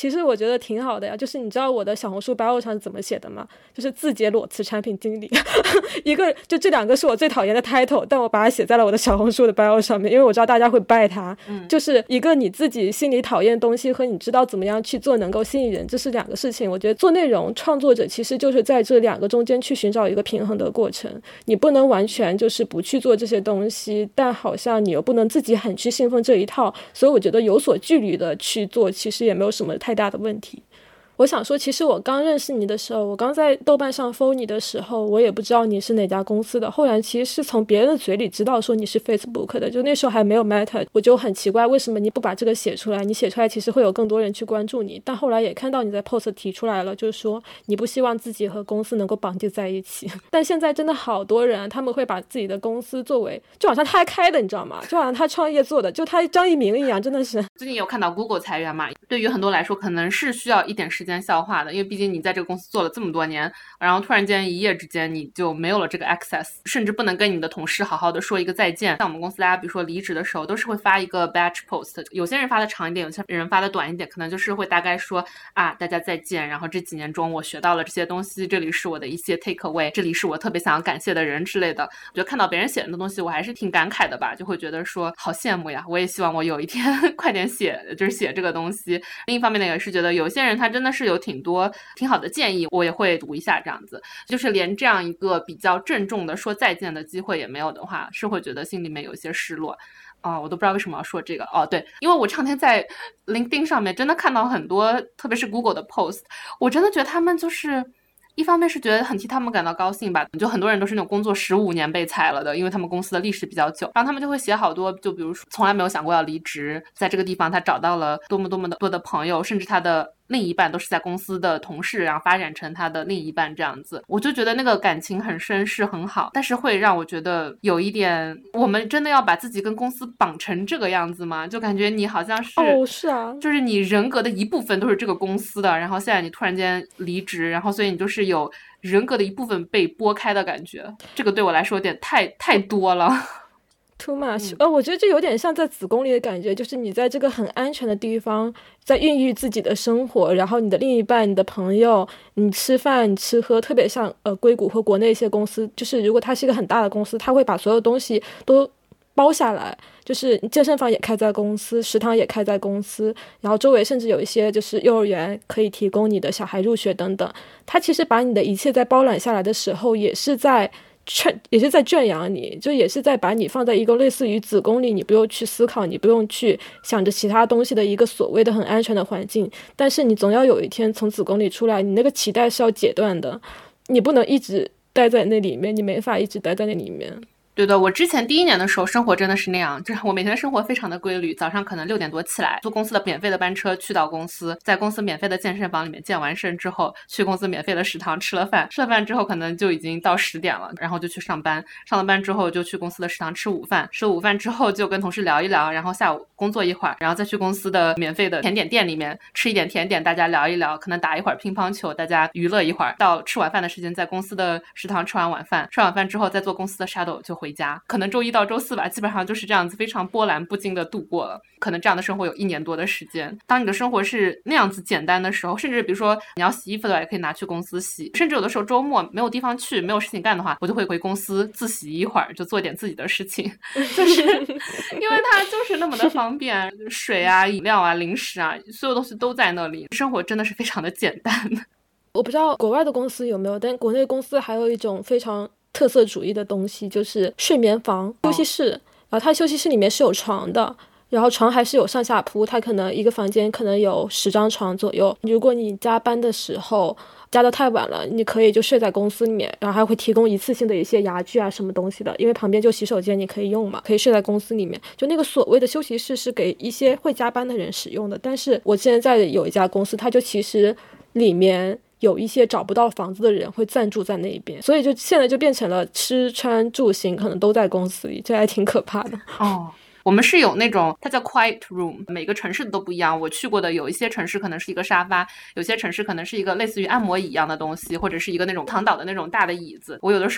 其实我觉得挺好的呀，就是你知道我的小红书 bio 上是怎么写的吗？就是字节裸辞产品经理一个就这两个是我最讨厌的 title， 但我把它写在了我的小红书的 bio 上面，因为我知道大家会拜它。就是一个你自己心里讨厌的东西和你知道怎么样去做能够吸引人，这是两个事情。我觉得做内容创作者其实就是在这两个中间去寻找一个平衡的过程，你不能完全就是不去做这些东西，但好像你又不能自己很去信奉这一套，所以我觉得有所距离的去做其实也没有什么太大的问题。我想说，其实我刚认识你的时候，我刚在豆瓣上 follow 你的时候，我也不知道你是哪家公司的，后来其实是从别人的嘴里知道说你是 Facebook 的，就那时候还没有 Meta， 我就很奇怪为什么你不把这个写出来，你写出来其实会有更多人去关注你，但后来也看到你在 post 提出来了，就是说你不希望自己和公司能够绑定在一起，但现在真的好多人他们会把自己的公司作为就好像他还开的，你知道吗？就好像他创业做的，就他张一鸣一样，真的是。 最近有看到 Google 裁员嘛，对于很多来说可能是需要一点时间消化的，因为毕竟你在这个公司做了这么多年，然后突然间一夜之间你就没有了这个 access， 甚至不能跟你的同事好好的说一个再见。像我们公司大家比如说离职的时候都是会发一个 batch post， 有些人发的长一点，有些人发的短一点，可能就是会大概说啊大家再见，然后这几年中我学到了这些东西，这里是我的一些 take away， 这里是我特别想要感谢的人之类的。我觉得看到别人写的东西我还是挺感慨的吧，就会觉得说好羡慕呀，我也希望我有一天快点写，就是写这个东西。另一方面呢，也是觉得有些人他真的是有挺多挺好的建议，我也会读一下这样子。就是连这样一个比较郑重的说再见的机会也没有的话，是会觉得心里面有一些失落。我都不知道为什么要说这个。对，因为我这两天在 LinkedIn 上面真的看到很多，特别是 Google 的 post， 我真的觉得他们就是一方面是觉得很替他们感到高兴吧，就很多人都是那种工作15年被裁了的，因为他们公司的历史比较久，然后他们就会写好多，就比如说从来没有想过要离职，在这个地方他找到了多么多的朋友，甚至他的另一半都是在公司的同事，然后发展成他的另一半这样子。我就觉得那个感情很深是很好，但是会让我觉得有一点，我们真的要把自己跟公司绑成这个样子吗？就感觉你好像是是啊， 就是你人格的一部分都是这个公司的，然后现在你突然间离职，然后所以你就是有人格的一部分被剥开的感觉，这个对我来说有点太多了。 too much。我觉得这有点像在子宫里的感觉，就是你在这个很安全的地方在孕育自己的生活，然后你的另一半、你的朋友，你吃饭、你吃喝，特别像硅谷和国内一些公司，就是如果它是一个很大的公司，它会把所有东西都包下来，就是健身房也开在公司，食堂也开在公司，然后周围甚至有一些就是幼儿园可以提供你的小孩入学等等。它其实把你的一切在包揽下来的时候，也是在圈养你，就也是在把你放在一个类似于子宫里，你不用去思考，你不用去想着其他东西的一个所谓的很安全的环境，但是你总要有一天从子宫里出来，你那个脐带是要解断的，你不能一直待在那里面，你没法一直待在那里面。 对的，我之前第1年的时候生活真的是那样，就是我每天的生活非常的规律，早上可能6点多起来，坐公司的免费的班车去到公司，在公司免费的健身房里面健完身之后，去公司免费的食堂吃了饭之后可能就已经到10点了，然后就去上班，上了班之后就去公司的食堂吃午饭，吃午饭之后就跟同事聊一聊，然后下午工作一会儿，然后再去公司的免费的甜点店里面吃一点甜点，大家聊一聊，可能打一会儿乒乓球，大家娱乐一会儿，到吃晚饭的时间在公司的食堂吃完晚饭，吃完饭之后再坐公司的 shuttle 就回家，可能周一到周四吧，基本上就是这样子非常波澜不惊的度过了。可能这样的生活有1年多的时间。当你的生活是那样子简单的时候，甚至比如说你要洗衣服的话也可以拿去公司洗，甚至有的时候周末没有地方去没有事情干的话，我就会回公司自洗一会儿，就做点自己的事情就是因为它就是那么的方便，水啊饮料啊零食啊所有东西都在那里，生活真的是非常的简单。 我不知道国外的公司有没有，但国内公司还有一种非常特色主义的东西，就是睡眠房、休息室，然后它休息室里面是有床的，然后床还是有上下铺，它可能一个房间可能有10张床左右。如果你加班的时候加得太晚了，你可以就睡在公司里面，然后还会提供一次性的一些牙具啊什么东西的，因为旁边就洗手间你可以用嘛，可以睡在公司里面。就那个所谓的休息室是给一些会加班的人使用的，但是我现在有一家公司，它就其实里面有一些找不到房子的人会暂住在那边，所以就现在就变成了吃穿住行可能都在公司里，这还挺可怕的。 我们是有那种它叫 quiet room， 每个城市的都不一样，我去过的有一些城市可能是一个沙发，有些城市可能是一个类似于按摩椅一样的东西，或者是一个那种躺倒的那种大的椅子。我有的时候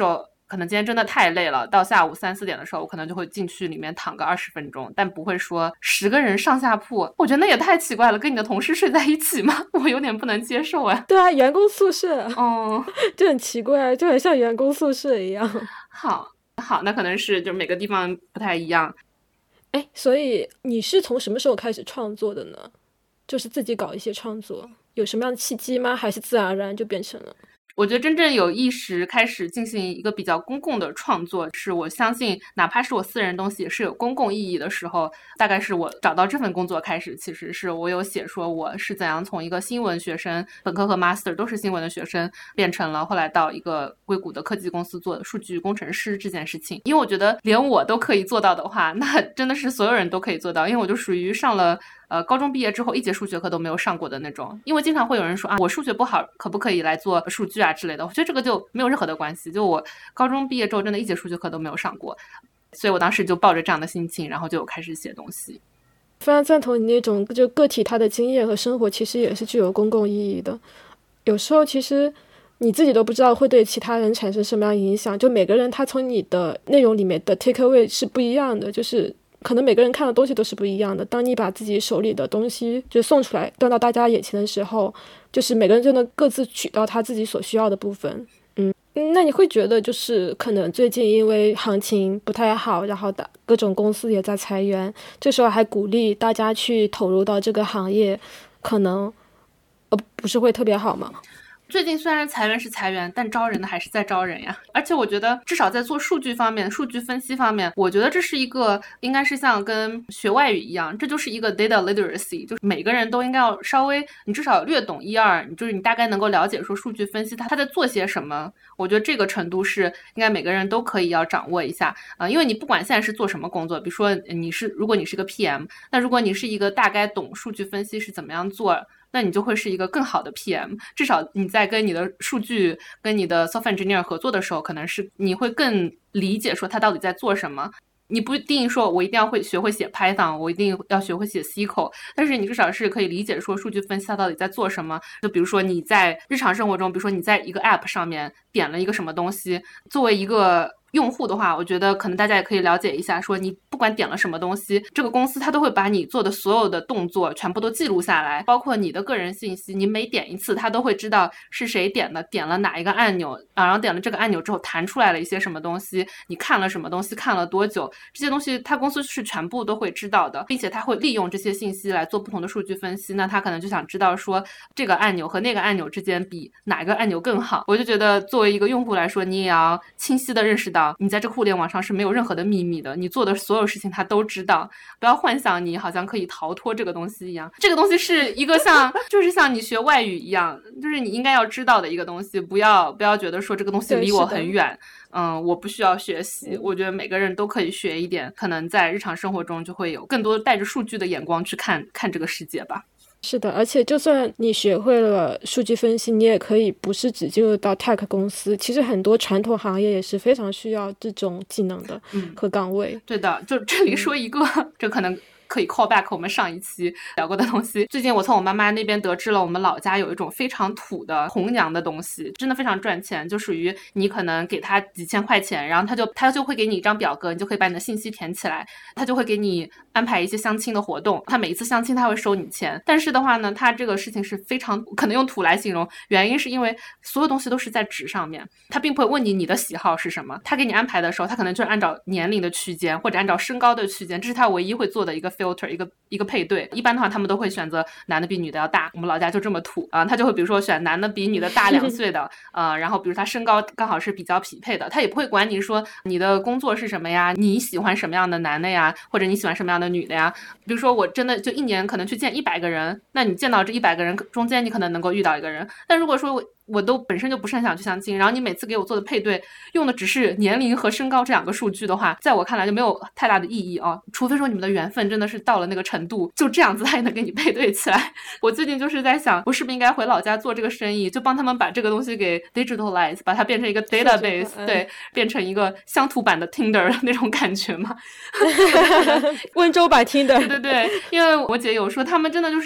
可能今天真的太累了，到下午3、4点的时候，我可能就会进去里面躺个20分钟，但不会说10个人上下铺，我觉得那也太奇怪了，跟你的同事睡在一起吗？我有点不能接受哎。 对啊，员工宿舍， 哦， 就很奇怪，就很像员工宿舍一样。 好，那可能是就每个地方不太一样。 哎，所以你是从什么时候开始创作的呢？就是自己搞一些创作，有什么样的契机吗？还是自然而然就变成了？ 我觉得真正有意识开始进行一个比较公共的创作，是我相信哪怕是我私人东西也是有公共意义的时候，大概是我找到这份工作开始。其实是我有写说我是怎样从一个新闻学生，本科和 master 都是新闻的学生，变成了后来到一个硅谷的科技公司做数据工程师这件事情。因为我觉得连我都可以做到的话，那真的是所有人都可以做到。因为我就属于上了高中毕业之后一节数学课都没有上过的那种。因为经常会有人说啊，我数学不好，可不可以来做数据啊之类的。我觉得这个就没有任何的关系，就我高中毕业之后真的一节数学课都没有上过，所以我当时就抱着这样的心情，然后就开始写东西。 非常赞同你那种就个体他的经验和生活其实也是具有公共意义的。有时候其实你自己都不知道会对其他人产生什么样影响，就每个人他从你的内容里面的 take away 是不一样的，就是可能每个人看的东西都是不一样的。当你把自己手里的东西就送出来端到大家眼前的时候，就是每个人就能各自取到他自己所需要的部分。那你会觉得就是可能最近因为行情不太好，然后各种公司也在裁员，这时候还鼓励大家去投入到这个行业，可能不是会特别好吗？ 最近虽然裁员是裁员，但招人的还是在招人呀。而且我觉得至少在做数据方面，数据分析方面，我觉得这是一个应该是像跟学外语一样，这就是一个 data literacy， 就是每个人都应该要稍微你至少略懂1、2，就是你大概能够了解说数据分析它在做些什么。我觉得这个程度是应该每个人都可以要掌握一下因为你不管现在是做什么工作，比如说如果你是个 PM， 那如果你是一个大概懂数据分析是怎么样做，那你就会是一个更好的 PM。 至少你在跟你的数据跟你的 software engineer 合作的时候，可能是你会更理解说他到底在做什么。你不一定说我一定要学会写 Python， 我一定要学会写 SQL， 但是你至少是可以理解说数据分析它到底在做什么。就比如说你在日常生活中，比如说你在一个 app 上面点了一个什么东西，作为一个用户的话，我觉得可能大家也可以了解一下，说你不管点了什么东西，这个公司它都会把你做的所有的动作全部都记录下来，包括你的个人信息，你每点一次它都会知道是谁点的，点了哪一个按钮然后点了这个按钮之后弹出来了一些什么东西，你看了什么东西，看了多久，这些东西它公司是全部都会知道的，并且它会利用这些信息来做不同的数据分析。那它可能就想知道说这个按钮和那个按钮之间比哪一个按钮更好。我就觉得作为一个用户来说，你也要清晰的认识到你在这个互联网上是没有任何的秘密的，你做的所有事情他都知道，不要幻想你好像可以逃脱这个东西一样。这个东西是一个就是像你学外语一样，就是你应该要知道的一个东西，不要觉得说这个东西离我很远，我不需要学习。我觉得每个人都可以学一点，可能在日常生活中就会有更多带着数据的眼光去看这个世界吧。 是的，而且就算你学会了数据分析，你也可以不是只进入到 tech 公司，其实很多传统行业也是非常需要这种技能的和岗位。 对的，就这里说一个这可能可以 call back 我们上一期聊过的东西。最近我从我妈妈那边得知了，我们老家有一种非常土的红娘的东西，真的非常赚钱，就属于你可能给他几千块钱，然后他就会给你一张表格，你就可以把你的信息填起来，他就会给你安排一些相亲的活动，他每一次相亲他会收你钱。但是的话呢，他这个事情是非常可能用土来形容，原因是因为所有东西都是在纸上面，他并不会问你的喜好是什么，他给你安排的时候，他可能就是按照年龄的区间或者按照身高的区间，这是他唯一会做的一个filter， 一个配对。一般的话他们都会选择男的比女的要大，我们老家就这么土他就会比如说选男的比女的大2岁的然后比如他身高刚好是比较匹配的，他也不会管你说你的工作是什么呀，你喜欢什么样的男的呀，或者你喜欢什么样的女的呀。比如说我真的就一年可能去见100个人，那你见到这100个人中间你可能能够遇到一个人，但如果说我都本身就不是很想去相亲，然后你每次给我做的配对用的只是年龄和身高这2个数据的话，在我看来就没有太大的意义除非说你们的缘分真的是到了那个程度，就这样子他也能给你配对起来。我最近就是在想，我是不是应该回老家做这个生意，就帮他们把这个东西给 digitalize， 把它变成一个 database， 对，变成一个乡土版的 Tinder 那种感觉嘛。 温州版 Tinder。 对，因为我姐有说他们真的就是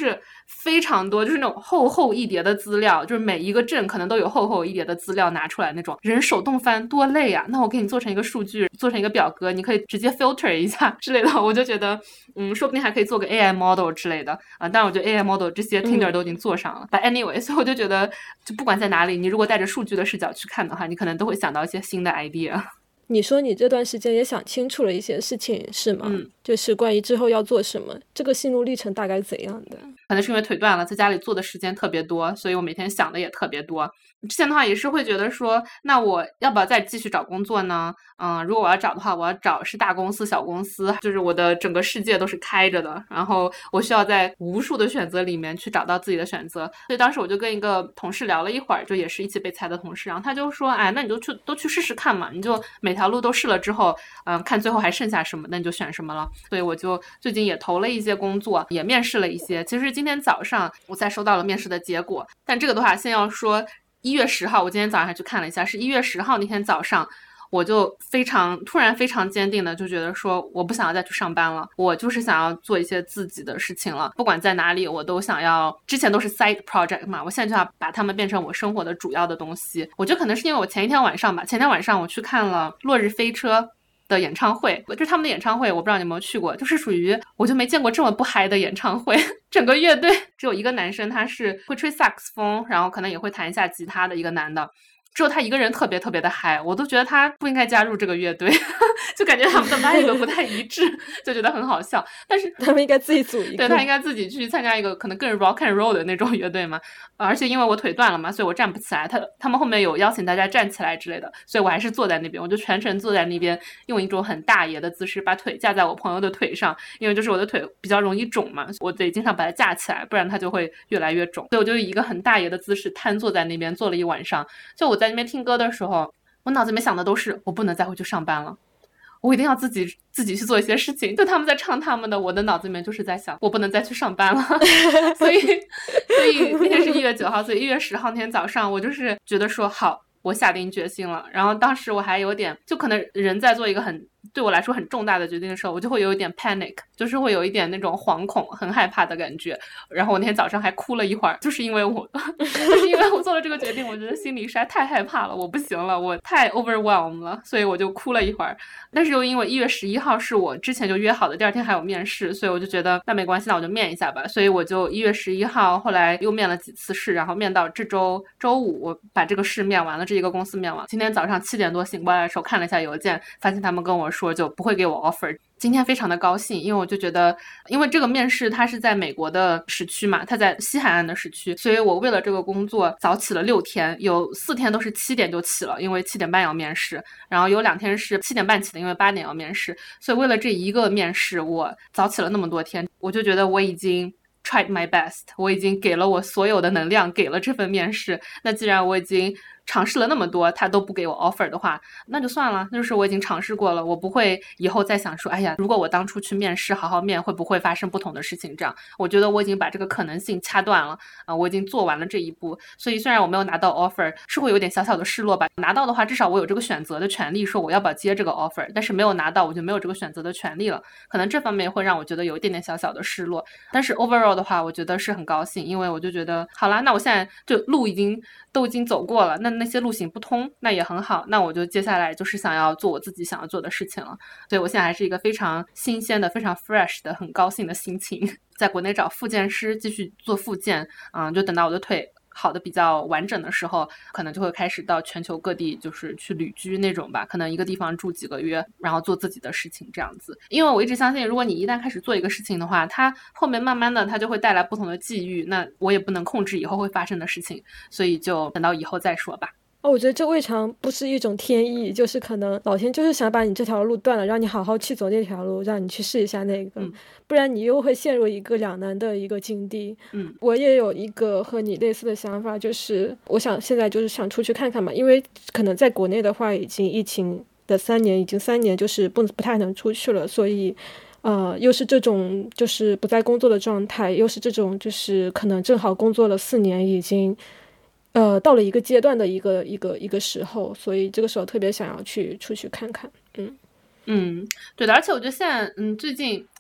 非常多，就是那种厚厚一叠的资料，就是每一个镇可能都有厚厚一叠的资料拿出来那种，人手动翻多累啊！那我给你做成一个数据，做成一个表格，你可以直接 filter 一下之类的，我就觉得，说不定还可以做个 AI model 之类的啊。但我觉得 AI model 这些 Tinder 都已经做上了。But anyway， 所以我就觉得，就不管在哪里，你如果带着数据的视角去看的话，你可能都会想到一些新的 idea。 你说你这段时间也想清楚了一些事情是吗？就是关于之后要做什么，这个心路历程大概怎样的？ 可能是因为腿断了，在家里坐的时间特别多，所以我每天想的也特别多。之前的话也是会觉得说，那我要不要再继续找工作呢？如果我要找的话，我要找是大公司、小公司，就是我的整个世界都是开着的，然后我需要在无数的选择里面去找到自己的选择。所以当时我就跟一个同事聊了一会儿，就也是一起被裁的同事，然后他就说，哎，那你就都去试试看嘛，你就每条路都试了之后，看最后还剩下什么，那你就选什么了。所以我就最近也投了一些工作，也面试了一些。其实今天早上我才收到了面试的结果，但这个的话先要说1月10号，我今天早上还去看了一下，是1月10号那天早上，我就突然非常坚定的就觉得说，我不想要再去上班了，我就是想要做一些自己的事情了，不管在哪里我都想要，之前都是 side project 嘛，我现在就要把它们变成我生活的主要的东西。我觉得可能是因为我前天晚上我去看了落日飞车的演唱会，就是他们的演唱会，我不知道你有没有去过，就是属于我就没见过这么不嗨的演唱会。整个乐队只有一个男生，他是会吹萨克斯风，然后可能也会弹一下吉他的一个男的，只有他一个人特别特别的嗨，我都觉得他不应该加入这个乐队。就感觉他们的 vibe 不太一致，就觉得很好笑。但是他们应该自己组一个， 对，他应该自己去参加一个可能更 rock and roll 的那种乐队嘛。而且因为我腿断了嘛，所以我站不起来，他们后面有邀请大家站起来之类的，所以我还是坐在那边，我就全程坐在那边，用一种很大爷的姿势把腿架在我朋友的腿上，因为就是我的腿比较容易肿嘛，我得经常把它架起来，不然它就会越来越肿。所以我就以一个很大爷的姿势瘫坐在那边坐了一晚上。就我在那边听歌的时候，我脑子里面想的都是我不能再回去上班了，我一定要自己去做一些事情。就他们在唱他们的，我的脑子里面就是在想我不能再去上班了。所以那天是1月9号，所以1月10号那天早上我就是觉得说好，我下定决心了。然后当时我还有点，就可能人在做一个对我来说很重大的决定的时候，我就会有一点 panic， 就是会有一点那种惶恐很害怕的感觉。然后我那天早上还哭了一会儿，就是因为我做了这个决定，我觉得心里实在太害怕了，我不行了，我太 overwhelmed 了，所以我就哭了一会儿。但是又因为1月11号是我之前就约好的，第二天还有面试，所以我就觉得那没关系，那我就面一下吧。所以我就1月11号后来又面了几次试，然后面到这周五我把这个试面完了，这一个公司面完。今天早上7点多醒过来的时候看了一下邮件，发现他们跟我说就不会给我 offer。今天非常的高兴，因为我就觉得，因为这个面试它是在美国的时区嘛，它在西海岸的时区，所以我为了这个工作早起了6天，有4天都是7点就起了，因为7点半要面试，然后有2天是7点半起的，因为8点要面试，所以为了这一个面试，我早起了那么多天，我就觉得我已经tried my best， 我已经给了我所有的能量，给了这份面试。那既然我已经尝试了那么多，他都不给我 offer 的话，那就算了，那就是我已经尝试过了，我不会以后再想说，哎呀，如果我当初去面试好好面，会不会发生不同的事情？这样，我觉得我已经把这个可能性掐断了啊，我已经做完了这一步。所以虽然我没有拿到 offer， 是会有点小小的失落吧。拿到的话，至少我有这个选择的权利，说我要不要接这个 offer， 但是没有拿到，我就没有这个选择的权利了。可能这方面会让我觉得有一点点小小的失落，但是 overall 的话，我觉得是很高兴，因为我就觉得好啦，那我现在就路都已经走过了，那些路行不通，那也很好，那我就接下来就是想要做我自己想要做的事情了。所以我现在还是一个非常新鲜的、非常 fresh 的、很高兴的心情，在国内找复健师继续做复健，就等到我的腿好的比较完整的时候，可能就会开始到全球各地，就是去旅居那种吧，可能一个地方住几个月，然后做自己的事情这样子。因为我一直相信，如果你一旦开始做一个事情的话，它后面慢慢的它就会带来不同的际遇，那我也不能控制以后会发生的事情，所以就等到以后再说吧。 我觉得这未尝不是一种天意，就是可能老天就是想把你这条路断了，让你好好去走那条路，让你去试一下那个，不然你又会陷入一个两难的一个境地。我也有一个和你类似的想法，就是我想现在就是想出去看看嘛，因为可能在国内的话已经疫情的3年，已经3年就是不太能出去了，所以又是这种就是不在工作的状态，又是这种就是可能正好工作了4年，已经到了一个阶段的一个时候，所以这个时候特别想要出去看看。对的，而且我觉得现在最近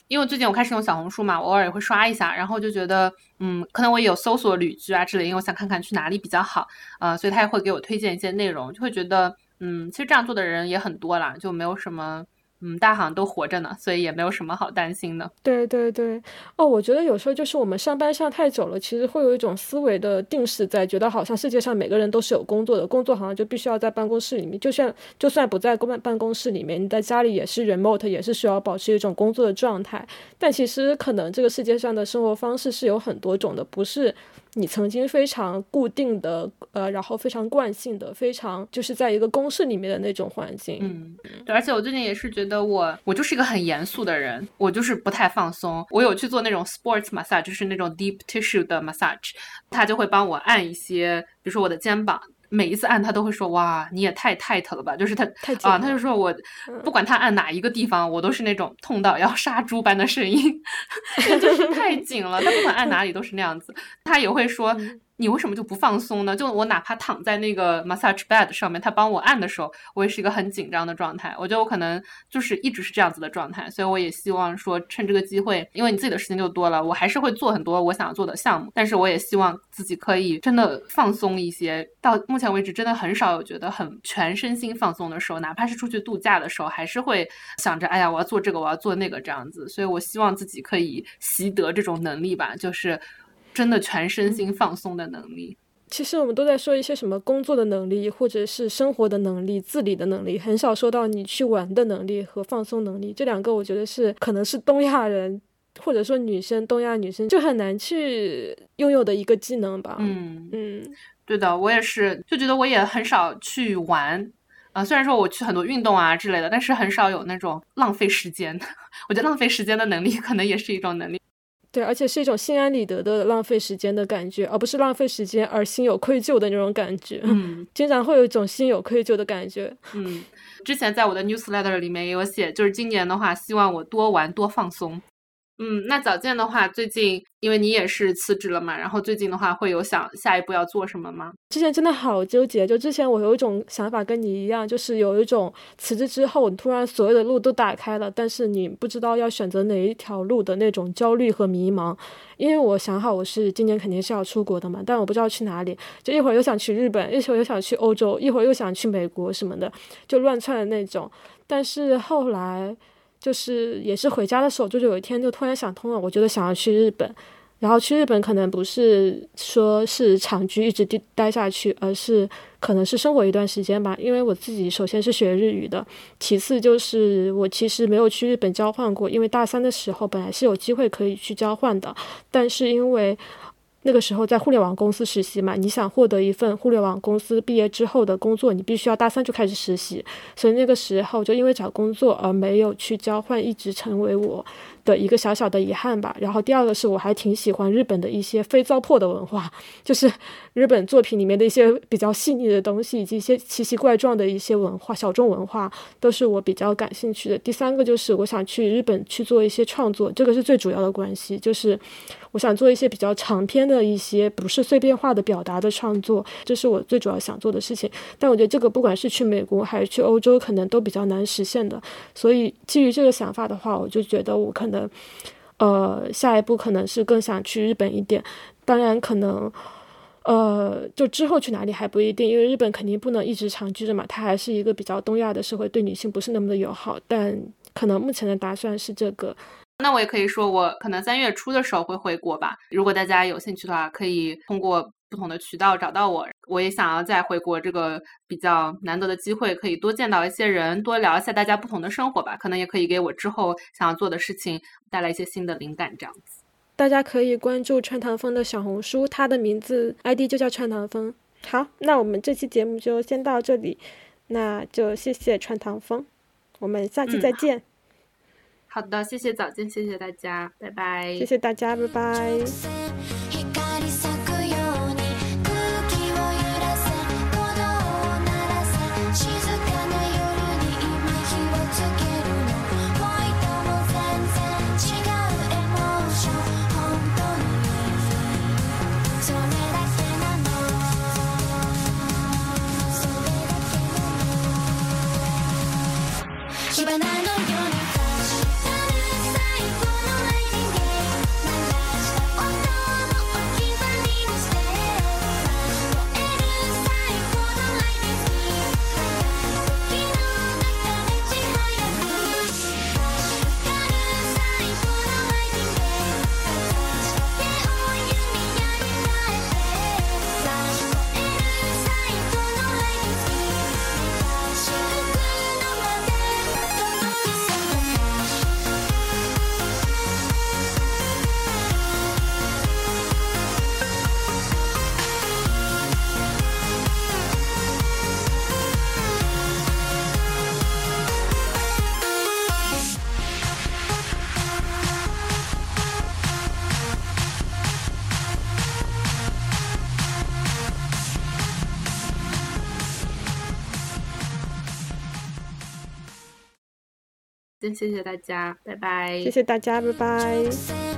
因为最近我开始用小红书嘛，我偶尔也会刷一下，然后就觉得可能我也有搜索旅居啊之类，因为我想看看去哪里比较好所以他也会给我推荐一些内容，就会觉得其实这样做的人也很多啦，就没有什么大家好像都活着呢，所以也没有什么好担心的。 对对对，我觉得有时候就是我们上班上太久了，其实会有一种思维的定式在，觉得好像世界上每个人都是有工作的，工作好像就必须要在办公室里面，就算不在办公室里面，你在家里也是 remote， 也是需要保持一种工作的状态。但其实可能这个世界上的生活方式是有很多种的，不是你曾经非常固定的然后非常惯性的，非常就是在一个公式里面的那种环境。 对，而且我最近也是觉得我就是一个很严肃的人，我就是不太放松。我有去做那种 sports massage， 就是那种 deep tissue 的 massage， 他就会帮我按一些，比如说我的肩膀，每一次按他都会说哇你也太 tight 了吧，就是他就说我不管他按哪一个地方我都是那种痛到要杀猪般的声音就是太紧了，他不管按哪里都是那样子。他也会说你为什么就不放松呢？就我哪怕躺在那个 massage bed 上面，他帮我按的时候，我也是一个很紧张的状态。我觉得我可能就是一直是这样子的状态，所以我也希望说趁这个机会，因为你自己的事情就多了，我还是会做很多我想要做的项目，但是我也希望自己可以真的放松一些。到目前为止真的很少有觉得很全身心放松的时候，哪怕是出去度假的时候，还是会想着哎呀我要做这个我要做那个这样子。所以我希望自己可以习得这种能力吧，就是真的全身心放松的能力。 其实我们都在说一些什么工作的能力，或者是生活的能力、自理的能力，很少说到你去玩的能力和放松能力。这两个我觉得是可能是东亚人或者说东亚女生就很难去拥有的一个技能吧。 对的，我也是，就觉得我也很少去玩虽然说我去很多运动啊之类的，但是很少有那种浪费时间我觉得浪费时间的能力可能也是一种能力。 对，而且是一种心安理得的浪费时间的感觉，而不是浪费时间而心有愧疚的那种感觉。经常会有一种心有愧疚的感觉。 之前在我的 newsletter 里面也有写，就是今年的话希望我多玩多放松。那早见的话，最近因为你也是辞职了嘛，然后最近的话会有想下一步要做什么吗？ 之前真的好纠结，就之前我有一种想法跟你一样，就是有一种辞职之后你突然所有的路都打开了，但是你不知道要选择哪一条路的那种焦虑和迷茫。因为我想好我是今年肯定是要出国的嘛，但我不知道去哪里，就一会儿又想去日本，一会儿又想去欧洲，一会儿又想去美国什么的，就乱窜的那种。但是后来就是也是回家的时候，就有一天就突然想通了，我觉得想要去日本。然后去日本可能不是说是长居一直待下去，而是可能是生活一段时间吧。因为我自己首先是学日语的，其次就是我其实没有去日本交换过，因为大三的时候本来是有机会可以去交换的，但是因为那个时候在互联网公司实习嘛，你想获得一份互联网公司毕业之后的工作，你必须要大三就开始实习，所以那个时候就因为找工作而没有去交换，一直成为我的一个小小的遗憾吧。然后第二个是我还挺喜欢日本的一些非糟粕的文化，就是日本作品里面的一些比较细腻的东西，以及一些奇奇怪状的一些文化，小众文化都是我比较感兴趣的。第三个就是我想去日本去做一些创作，这个是最主要的关系，就是我想做一些比较长篇的一些不是碎片化的表达的创作，这是我最主要想做的事情。但我觉得这个不管是去美国还是去欧洲可能都比较难实现的，所以基于这个想法的话，我就觉得我可能下一步可能是更想去日本一点。当然可能就之后去哪里还不一定，因为日本肯定不能一直长居着嘛，它还是一个比较东亚的社会，对女性不是那么的友好，但可能目前的打算是这个。 那我也可以说我可能3月初的时候会回国吧，如果大家有兴趣的话可以通过不同的渠道找到我。我也想要在回国这个比较难得的机会可以多见到一些人，多聊一下大家不同的生活吧，可能也可以给我之后想要做的事情带来一些新的灵感这样子。 大家可以关注川唐风的小红书，他的名字 ID 就叫川唐风。好，那我们这期节目就先到这里，那就谢谢川唐风，我们下期再见。 好的，谢谢早见，谢谢大家，拜拜。 谢谢大家，拜拜。火花のようにフラッシュ先谢谢大家，拜拜。 谢谢大家，拜拜。